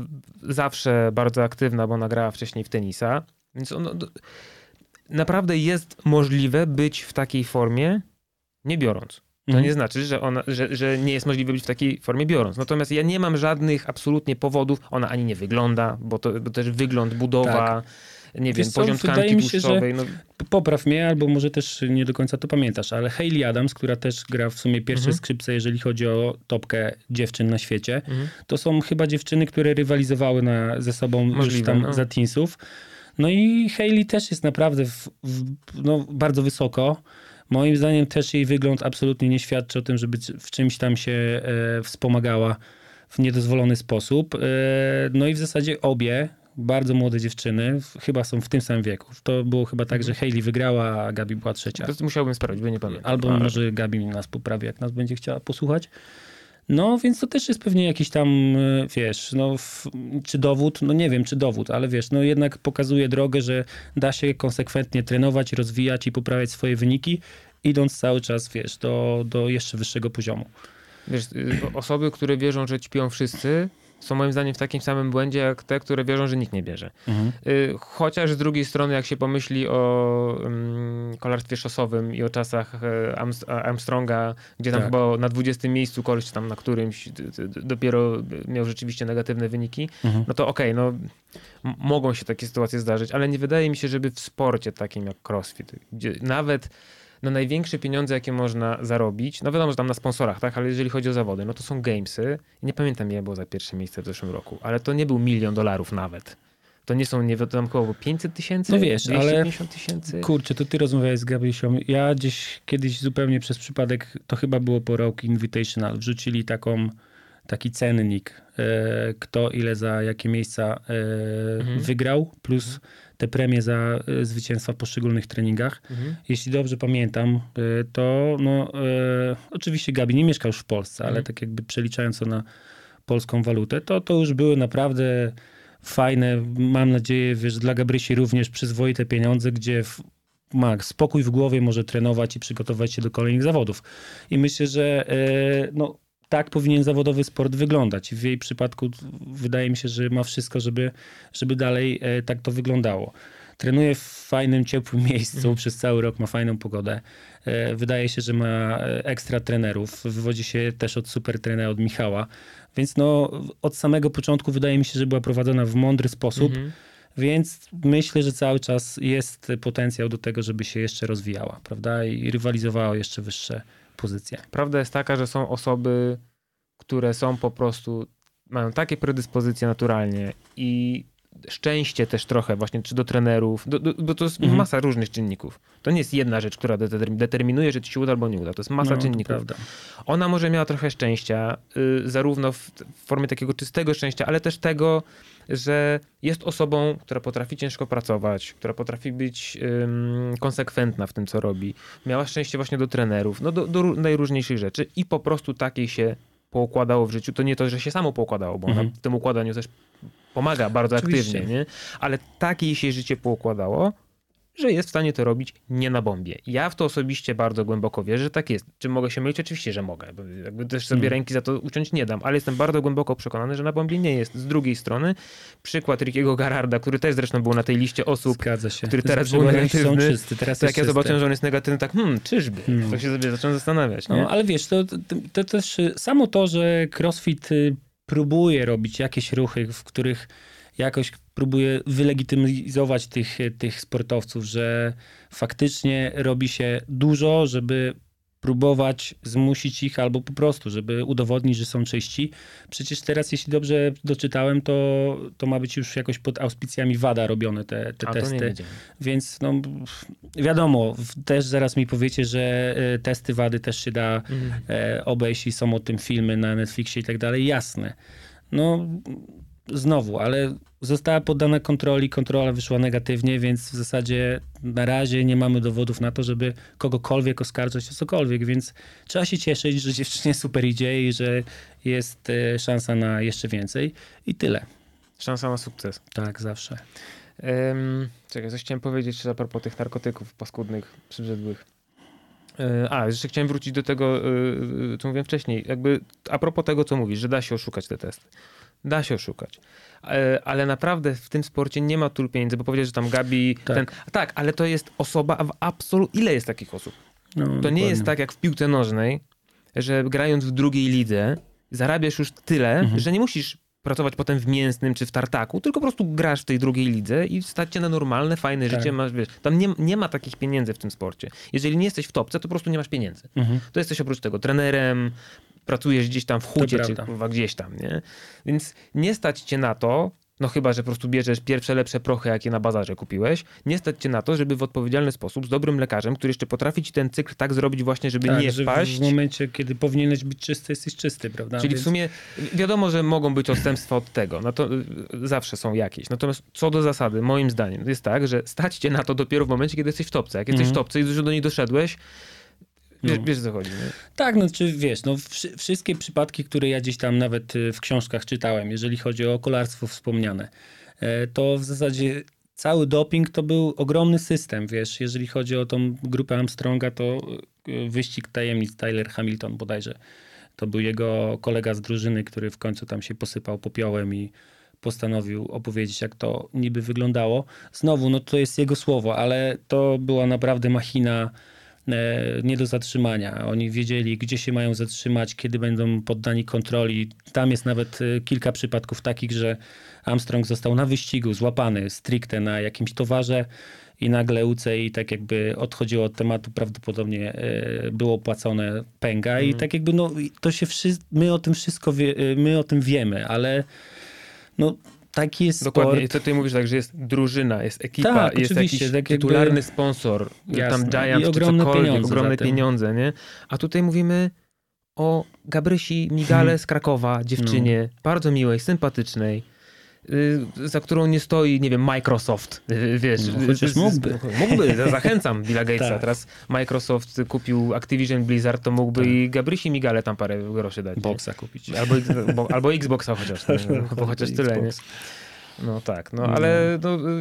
zawsze bardzo aktywna, bo ona grała wcześniej w tenisa, więc ono, d- naprawdę jest możliwe być w takiej formie, nie biorąc. To Mhm. nie znaczy, że, ona, że, że nie jest możliwe być w takiej formie biorąc. Natomiast ja nie mam żadnych absolutnie powodów, ona ani nie wygląda, bo to bo też wygląd, budowa, nie Wiesz wiem, co, poziom wydaje tkanki mi się, że- tłuszczowej. No, Popraw mnie, albo może też nie do końca to pamiętasz, ale Hayley Adams, która też gra w sumie pierwsze Mhm. skrzypce, jeżeli chodzi o topkę dziewczyn na świecie, mhm. to są chyba dziewczyny, które rywalizowały na, ze sobą już Możliwe, tam no. za teensów. No i Hayley też jest naprawdę w, w, no, bardzo wysoko. Moim zdaniem też jej wygląd absolutnie nie świadczy o tym, żeby w czymś tam się e, wspomagała w niedozwolony sposób. E, no i w zasadzie obie bardzo młode dziewczyny, w- chyba są w tym samym wieku. To było chyba tak, że Hayley wygrała, a Gabi była trzecia. To musiałbym sprawdzić, bo nie pamiętam. Albo Ale- może Gabi nas poprawi, jak nas będzie chciała posłuchać. No, więc to też jest pewnie jakiś tam, e, wiesz, no, w, czy dowód, no nie wiem, czy dowód, ale wiesz, no jednak pokazuje drogę, że da się konsekwentnie trenować, rozwijać i poprawiać swoje wyniki, idąc cały czas, wiesz, do, do jeszcze wyższego poziomu. Wiesz, y, osoby, które wierzą, że ćpią wszyscy, są moim zdaniem w takim samym błędzie, jak te, które wierzą, że nikt nie bierze. Y, Chociaż z drugiej strony, jak się pomyśli o um, kolarstwie szosowym i o czasach e, Arms- Armstronga, gdzie tam Tak. chyba na dwudziestym miejscu koleś czy tam na którymś d- d- dopiero miał rzeczywiście negatywne wyniki, Mhm. no to okej, no m- mogą się takie sytuacje zdarzyć, ale nie wydaje mi się, żeby w sporcie takim jak crossfit, gdzie nawet no największe pieniądze, jakie można zarobić, no wiadomo, że tam na sponsorach, tak, ale jeżeli chodzi o zawody, no to są gamesy. Nie pamiętam, ile było za pierwsze miejsce w zeszłym roku, ale to nie był milion dolarów nawet. To nie są, nie wiem, tam chyba było pięćset tysięcy, No wiesz, dwieście pięćdziesiąt tysięcy. Kurczę, to ty rozmawiałeś z Gabrysią. Ja gdzieś kiedyś zupełnie przez przypadek, to chyba było po Rogue Invitational, wrzucili taką, taki cennik, e, kto ile za jakie miejsca e, Mhm. wygrał, plus te premie za e, zwycięstwa w poszczególnych treningach. Mhm. Jeśli dobrze pamiętam, e, to no, e, oczywiście Gabi nie mieszka już w Polsce, ale Mhm. tak jakby przeliczając to na polską walutę, to to już były naprawdę fajne, mam nadzieję, wiesz, dla Gabrysi również przyzwoite pieniądze, gdzie w, ma spokój w głowie, może trenować i przygotować się do kolejnych zawodów. I myślę, że e, no, tak powinien zawodowy sport wyglądać. W jej przypadku wydaje mi się, że ma wszystko, żeby, żeby dalej e, tak to wyglądało. Trenuje w fajnym, ciepłym miejscu, Mhm. przez cały rok ma fajną pogodę. E, Wydaje się, że ma e, ekstra trenerów. Wywodzi się też od super trenera, od Michała. Więc no, od samego początku wydaje mi się, że była prowadzona w mądry sposób. Mhm. Więc myślę, że cały czas jest potencjał do tego, żeby się jeszcze rozwijała, prawda? I rywalizowała o jeszcze wyższe pozycje. Prawda jest taka, że są osoby, które są po prostu, mają takie predyspozycje naturalnie i szczęście też trochę właśnie, czy do trenerów, do, do, bo to jest Mhm. masa różnych czynników. To nie jest jedna rzecz, która determin- determinuje, że ci się uda albo nie uda. To jest masa No, to czynników. prawda. Ona może miała trochę szczęścia, y, zarówno w, w formie takiego czystego szczęścia, ale też tego, że jest osobą, która potrafi ciężko pracować, która potrafi być ym, konsekwentna w tym, co robi. Miała szczęście właśnie do trenerów, no do, do ró- najróżniejszych rzeczy i po prostu takiej się poukładało w życiu. To nie to, że się samo poukładało, bo Mhm. ona w tym układaniu też pomaga bardzo Oczywiście. aktywnie, nie? Ale tak jej się życie poukładało, że jest w stanie to robić nie na bombie. Ja w to osobiście bardzo głęboko wierzę, że tak jest. Czy mogę się mylić? Oczywiście, że mogę. Bo jakby też sobie Mhm. ręki za to uciąć nie dam, ale jestem bardzo głęboko przekonany, że na bombie nie jest. Z drugiej strony przykład Rickiego Gararda, który też zresztą był na tej liście osób, Zgadza się. który teraz Zawsze był uważam, że negatywny, są czysty, teraz to jest jak ja czysty. zobaczyłem, że on jest negatywny, tak hmm, czyżby? Hmm. To się sobie zacząłem zastanawiać, nie? No, ale wiesz, to, to, to też y, samo to, że CrossFit y, próbuje robić jakieś ruchy, w których jakoś próbuje wylegitymizować tych, tych sportowców, że faktycznie robi się dużo, żeby próbować zmusić ich albo po prostu, żeby udowodnić, że są czyści. Przecież teraz, jeśli dobrze doczytałem, to, to ma być już jakoś pod auspicjami WADA robione te, te A to nie testy. wiedziałem. Więc no, wiadomo, w- też zaraz mi powiecie, że e, testy wady też się da Mhm. e, obejść i są o tym filmy na Netflixie i tak dalej. Jasne. No znowu, ale została poddana kontroli, kontrola wyszła negatywnie, więc w zasadzie na razie nie mamy dowodów na to, żeby kogokolwiek oskarżać o cokolwiek, więc trzeba się cieszyć, że dziewczynie super idzie i że jest e, szansa na jeszcze więcej i tyle. Szansa na sukces. Tak, zawsze. Um, czekaj, coś chciałem powiedzieć a propos tych narkotyków paskudnych, przybrzydłych. E, A, jeszcze chciałem wrócić do tego, e, co mówiłem wcześniej. Jakby a propos tego, co mówisz, że da się oszukać te testy. Da się oszukać. E, Ale naprawdę w tym sporcie nie ma tylu pieniędzy, bo powiedzieć, że tam Gabi... Tak. Ten, tak, ale to jest osoba w absolutnie... Ile jest takich osób? No, To nie dokładnie. jest tak jak w piłce nożnej, że grając w drugiej lidze zarabiasz już tyle, Mhm. że nie musisz pracować potem w mięsnym czy w tartaku, tylko po prostu grasz w tej drugiej lidze i stać cię na normalne, fajne Tak. życie. Masz, wiesz, tam nie, nie ma takich pieniędzy w tym sporcie. Jeżeli nie jesteś w topce, to po prostu nie masz pieniędzy. Mhm. To jesteś oprócz tego trenerem, pracujesz gdzieś tam w hucie, czy prawda. kurwa gdzieś tam, nie? Więc nie stać cię na to, no chyba, że po prostu bierzesz pierwsze lepsze prochy, jakie na bazarze kupiłeś, nie stać cię na to, żeby w odpowiedzialny sposób z dobrym lekarzem, który jeszcze potrafi ci ten cykl tak zrobić właśnie, żeby Tak, nie że wpaść. w momencie, kiedy powinieneś być czysty, jesteś czysty, prawda? Czyli w Więc- sumie wiadomo, że mogą być odstępstwa od tego. No to y, zawsze są jakieś. Natomiast co do zasady, moim zdaniem, to jest tak, że stać cię na to dopiero w momencie, kiedy jesteś w topce. Jak jesteś Mhm. w topce i już do niej doszedłeś, wiesz, No. wiesz o co chodzi. Nie? Tak, no czy wiesz, no wszy- wszystkie przypadki, które ja gdzieś tam nawet y, w książkach czytałem, jeżeli chodzi o kolarstwo wspomniane, e, to w zasadzie cały doping to był ogromny system, wiesz, jeżeli chodzi o tą grupę Armstronga, to y, wyścig tajemnic Tyler Hamilton bodajże. To był jego kolega z drużyny, który w końcu tam się posypał popiołem i postanowił opowiedzieć, jak to niby wyglądało. Znowu, no to jest jego słowo, ale to była naprawdę machina e, nie do zatrzymania. Oni wiedzieli, gdzie się mają zatrzymać, kiedy będą poddani kontroli. Tam jest nawet e, kilka przypadków takich, że Armstrong został na wyścigu złapany stricte na jakimś towarze i nagle U C I tak jakby odchodziło od tematu, prawdopodobnie e, było płacone pęga i tak jakby no to się wszyscy, my o tym wszystko wie, my o tym wiemy, ale no taki jest Dokładnie. sport. I to ty mówisz tak, że jest drużyna, jest ekipa, Tak, jest oczywiście, jakiś tak jakby- tytularny sponsor, Jasne. tam Giant I czy ogromne cokolwiek, pieniądze ogromne za tym. pieniądze, nie? A tutaj mówimy o Gabrysi Migale z Krakowa, dziewczynie, No. bardzo miłej, sympatycznej, y, za którą nie stoi, nie wiem, Microsoft, y, wiesz. No, chociaż y, z- mógłby. Mógłby, za- zachęcam Billa Gatesa. Tak. Teraz Microsoft kupił Activision Blizzard, to mógłby Tak. i Gabrysi Migale tam parę groszy dać. nie? Boksa kupić. Albo, bo, albo Xboxa chociaż, no, bo chociaż tyle, nie? Xbox. No tak, no ale no, y,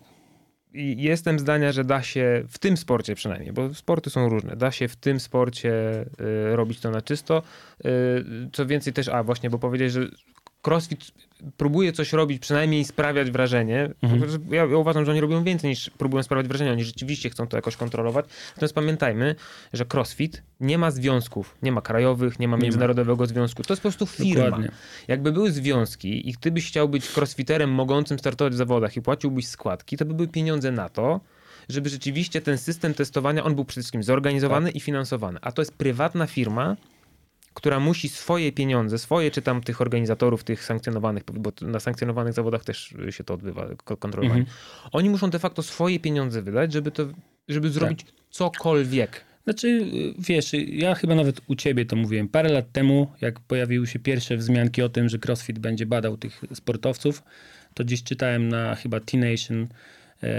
y, jestem zdania, że da się w tym sporcie przynajmniej, bo sporty są różne, da się w tym sporcie y, robić to na czysto. Y, co więcej też, a właśnie, bo powiedziałeś, że CrossFit próbuje coś robić, przynajmniej sprawiać wrażenie. Mhm. Ja, ja uważam, że oni robią więcej niż próbują sprawiać wrażenie. Oni rzeczywiście chcą to jakoś kontrolować. Natomiast pamiętajmy, że CrossFit nie ma związków. Nie ma krajowych, nie ma Nie ma. międzynarodowego związku. To jest po prostu firma. Dokładnie. Jakby były związki i gdybyś chciał być crossfiterem mogącym startować w zawodach i płaciłbyś składki, to by były pieniądze na to, żeby rzeczywiście ten system testowania, on był przede wszystkim zorganizowany i finansowany. A to jest prywatna firma, która musi swoje pieniądze, swoje czy tam tych organizatorów, tych sankcjonowanych, bo na sankcjonowanych zawodach też się to odbywa, ko- kontrolowanie. Mhm. Oni muszą de facto swoje pieniądze wydać, żeby to, żeby zrobić cokolwiek. Znaczy, wiesz, ja chyba nawet u ciebie to mówiłem. Parę lat temu, jak pojawiły się pierwsze wzmianki o tym, że CrossFit będzie badał tych sportowców, to gdzieś czytałem na chyba T-Nation e,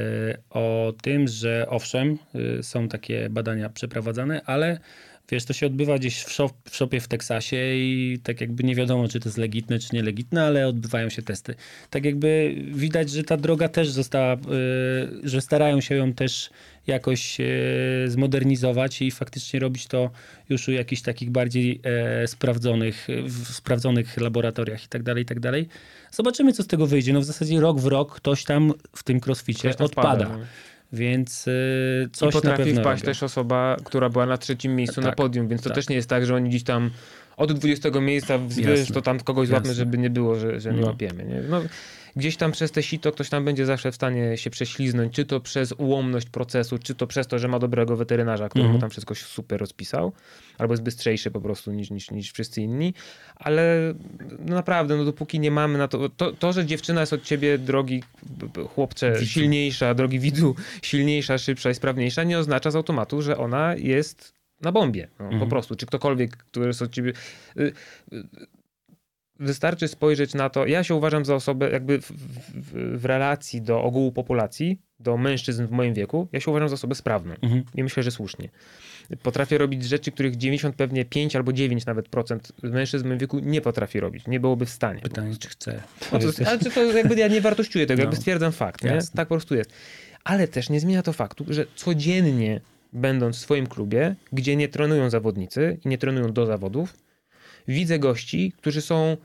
o tym, że owszem, e, są takie badania przeprowadzane, ale wiesz, to się odbywa gdzieś w, shop, w shopie w Teksasie i tak jakby nie wiadomo, czy to jest legitne, czy nielegitne, ale odbywają się testy. Tak jakby widać, że ta droga też została, e, że starają się ją też jakoś e, zmodernizować i faktycznie robić to już u jakichś takich bardziej e, sprawdzonych, w sprawdzonych laboratoriach i tak dalej, i tak dalej. Zobaczymy, co z tego wyjdzie. No w zasadzie rok w rok ktoś tam w tym crossficie Ktoś tam odpada. wpada, no. Więc e, I coś na potrafi pewno wpaść robią. też osoba, która była na trzecim miejscu na Tak, podium, więc to tak. też nie jest tak, że oni gdzieś tam od dwudziestego miejsca, wiesz, Jasne. to tam kogoś złapmy, Jasne. żeby nie było, że, że nie No. łapiemy. Nie? No, gdzieś tam przez te sito ktoś tam będzie zawsze w stanie się prześliznąć, czy to przez ułomność procesu, czy to przez to, że ma dobrego weterynarza, który Mhm. mu tam wszystko super rozpisał, albo jest bystrzejszy po prostu niż, niż, niż wszyscy inni, ale no naprawdę, no dopóki nie mamy na to, to, to że dziewczyna jest od ciebie, drogi b- b- chłopcze, Widzu. silniejsza, drogi widzu, silniejsza, szybsza i sprawniejsza, nie oznacza z automatu, że ona jest na bombie. No, Mhm. Po prostu. Czy ktokolwiek, który jest od ciebie... y, y, Wystarczy spojrzeć na to. Ja się uważam za osobę jakby w, w, w relacji do ogółu populacji, do mężczyzn w moim wieku, ja się uważam za osobę sprawną. Mhm. I myślę, że słusznie. Potrafię robić rzeczy, których dziewięćdziesiąt pewnie pięć albo dziewięć nawet procent mężczyzn w moim wieku nie potrafi robić. Nie byłoby w stanie. Pytanie, czy chce. No to, ale to jakby ja nie wartościuję tego, No. jakby stwierdzam fakt. Nie? Jasne. Tak po prostu jest. Ale też nie zmienia to faktu, że codziennie będąc w swoim klubie, gdzie nie trenują zawodnicy i nie trenują do zawodów, widzę gości, którzy są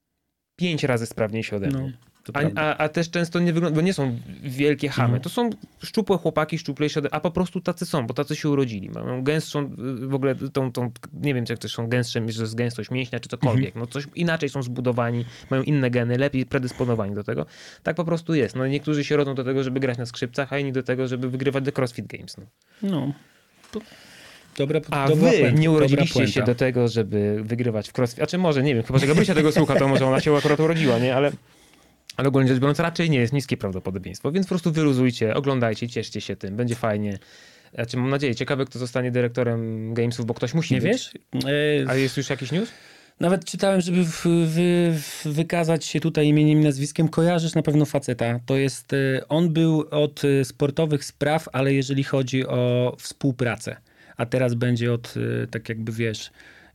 pięć razy sprawniejsi ode mnie. No, to A, prawda. a, a też często nie wygląda, bo nie są wielkie chamy. Mhm. To są szczupłe chłopaki, szczuplejsze, ode- a po prostu tacy są, bo tacy się urodzili. Mają gęstszą, y, w ogóle tą, tą nie wiem, czy jak też są gęstsze, że jest gęstość mięśnia, czy cokolwiek. No coś inaczej są zbudowani, mają inne geny, lepiej predysponowani do tego. Tak po prostu jest. No niektórzy się rodzą do tego, żeby grać na skrzypcach, a inni do tego, żeby wygrywać The CrossFit Games. No. No. To Dobra, A dobra wy puenta, nie dobra urodziliście puenta. się do tego, żeby wygrywać w crossfit. A czy może, nie wiem, chyba że Gabrysia tego słucha, to może ona się akurat urodziła, nie? Ale, ale ogólnie rzecz biorąc raczej nie jest niskie prawdopodobieństwo, więc po prostu wyluzujcie, oglądajcie, cieszcie się tym, będzie fajnie. Znaczy, mam nadzieję, ciekawe kto zostanie dyrektorem Gamesów, bo ktoś musi Nie być. wiesz? E, A jest już jakiś news? Nawet czytałem, żeby w, wy, wykazać się tutaj imieniem i nazwiskiem, kojarzysz na pewno faceta. To jest, e, on był od e, sportowych spraw, ale jeżeli chodzi o współpracę. A teraz będzie od, e, tak jakby wiesz...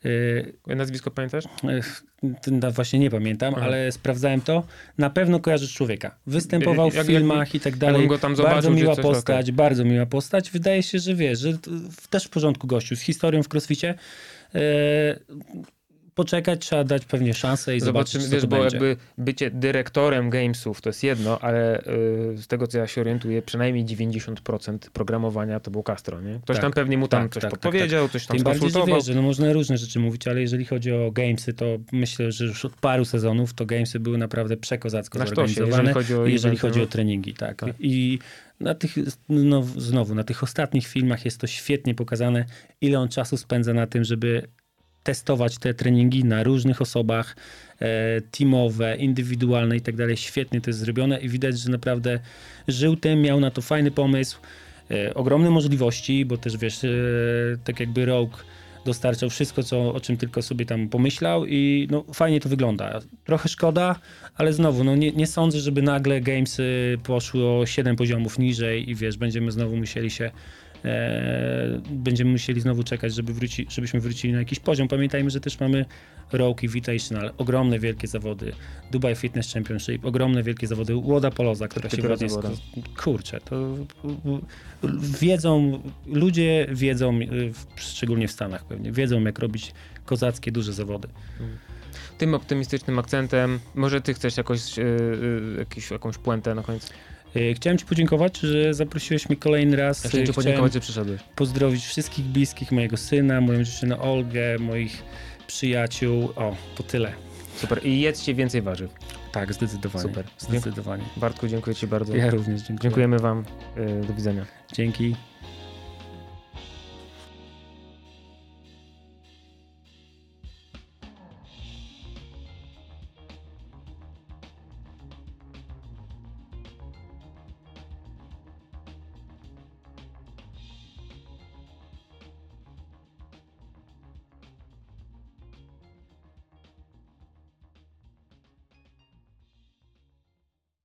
e, Nazwisko pamiętasz? Ech, no właśnie nie pamiętam, Aha. ale sprawdzałem to. Na pewno kojarzysz człowieka. Występował w Jak- filmach i tak jakbym dalej. go tam Bardzo zobaczył, czy miła coś, postać, okej. bardzo miła postać. Wydaje się, że wiesz, że t- też w porządku gościu, z historią w crossficie. E, poczekać, trzeba dać pewnie szansę i Zobaczymy, zobaczyć, co wiesz, to bo będzie. jakby bycie dyrektorem gamesów to jest jedno, ale y, z tego, co ja się orientuję, przynajmniej dziewięćdziesiąt procent programowania to był Castro, nie? Ktoś Tak, tam pewnie mu tam tak, coś tak, tak, podpowiedział, coś tam Tym bardziej, że skonsultował. wiesz, że no można różne rzeczy mówić, ale jeżeli chodzi o gamesy, to myślę, że już od paru sezonów to gamesy były naprawdę przekozacko Na sztosie, zorganizowane, jeżeli chodzi o jeżeli eventy, chodzi no. o treningi, tak. Tak. I na tych, no znowu, na tych ostatnich filmach jest to świetnie pokazane, ile on czasu spędza na tym, żeby testować te treningi na różnych osobach, e, teamowe, indywidualne i tak dalej. Świetnie to jest zrobione i widać, że naprawdę żył tym, miał na to fajny pomysł, e, ogromne możliwości, bo też wiesz, e, tak jakby Rogue dostarczał wszystko, co, o czym tylko sobie tam pomyślał i no, fajnie to wygląda. Trochę szkoda, ale znowu, no, nie, nie sądzę, żeby nagle gamesy poszły o siedem poziomów niżej i wiesz, będziemy znowu musieli się E, będziemy musieli znowu czekać, żeby wróci, żebyśmy wrócili na jakiś poziom. Pamiętajmy, że też mamy Rogue Invitational, ogromne wielkie zawody, Dubai Fitness Championship, ogromne wielkie zawody, Łoda Poloza, która się Typy ładnie... zawoda. sk- Kurczę, to wiedzą, ludzie wiedzą, y, w- szczególnie w Stanach pewnie, wiedzą jak robić kozackie, duże zawody. Tym optymistycznym akcentem, może ty chcesz jakoś, yy, yy, jakiś, jakąś puentę na koniec? Y, Chciałem ci podziękować, że zaprosiłeś mnie kolejny raz. Ja chciałem ci Chciałem podziękować, że przyszedłeś. pozdrowić wszystkich bliskich, mojego syna, moją dziewczynę Olgę, moich przyjaciół. O, to tyle. Super. I jedzcie więcej warzyw. Tak, zdecydowanie. Super. Zdecydowanie. Bartku, dziękuję ci bardzo. Ja również dziękuję. Dziękujemy wam. Yy, do widzenia. Dzięki.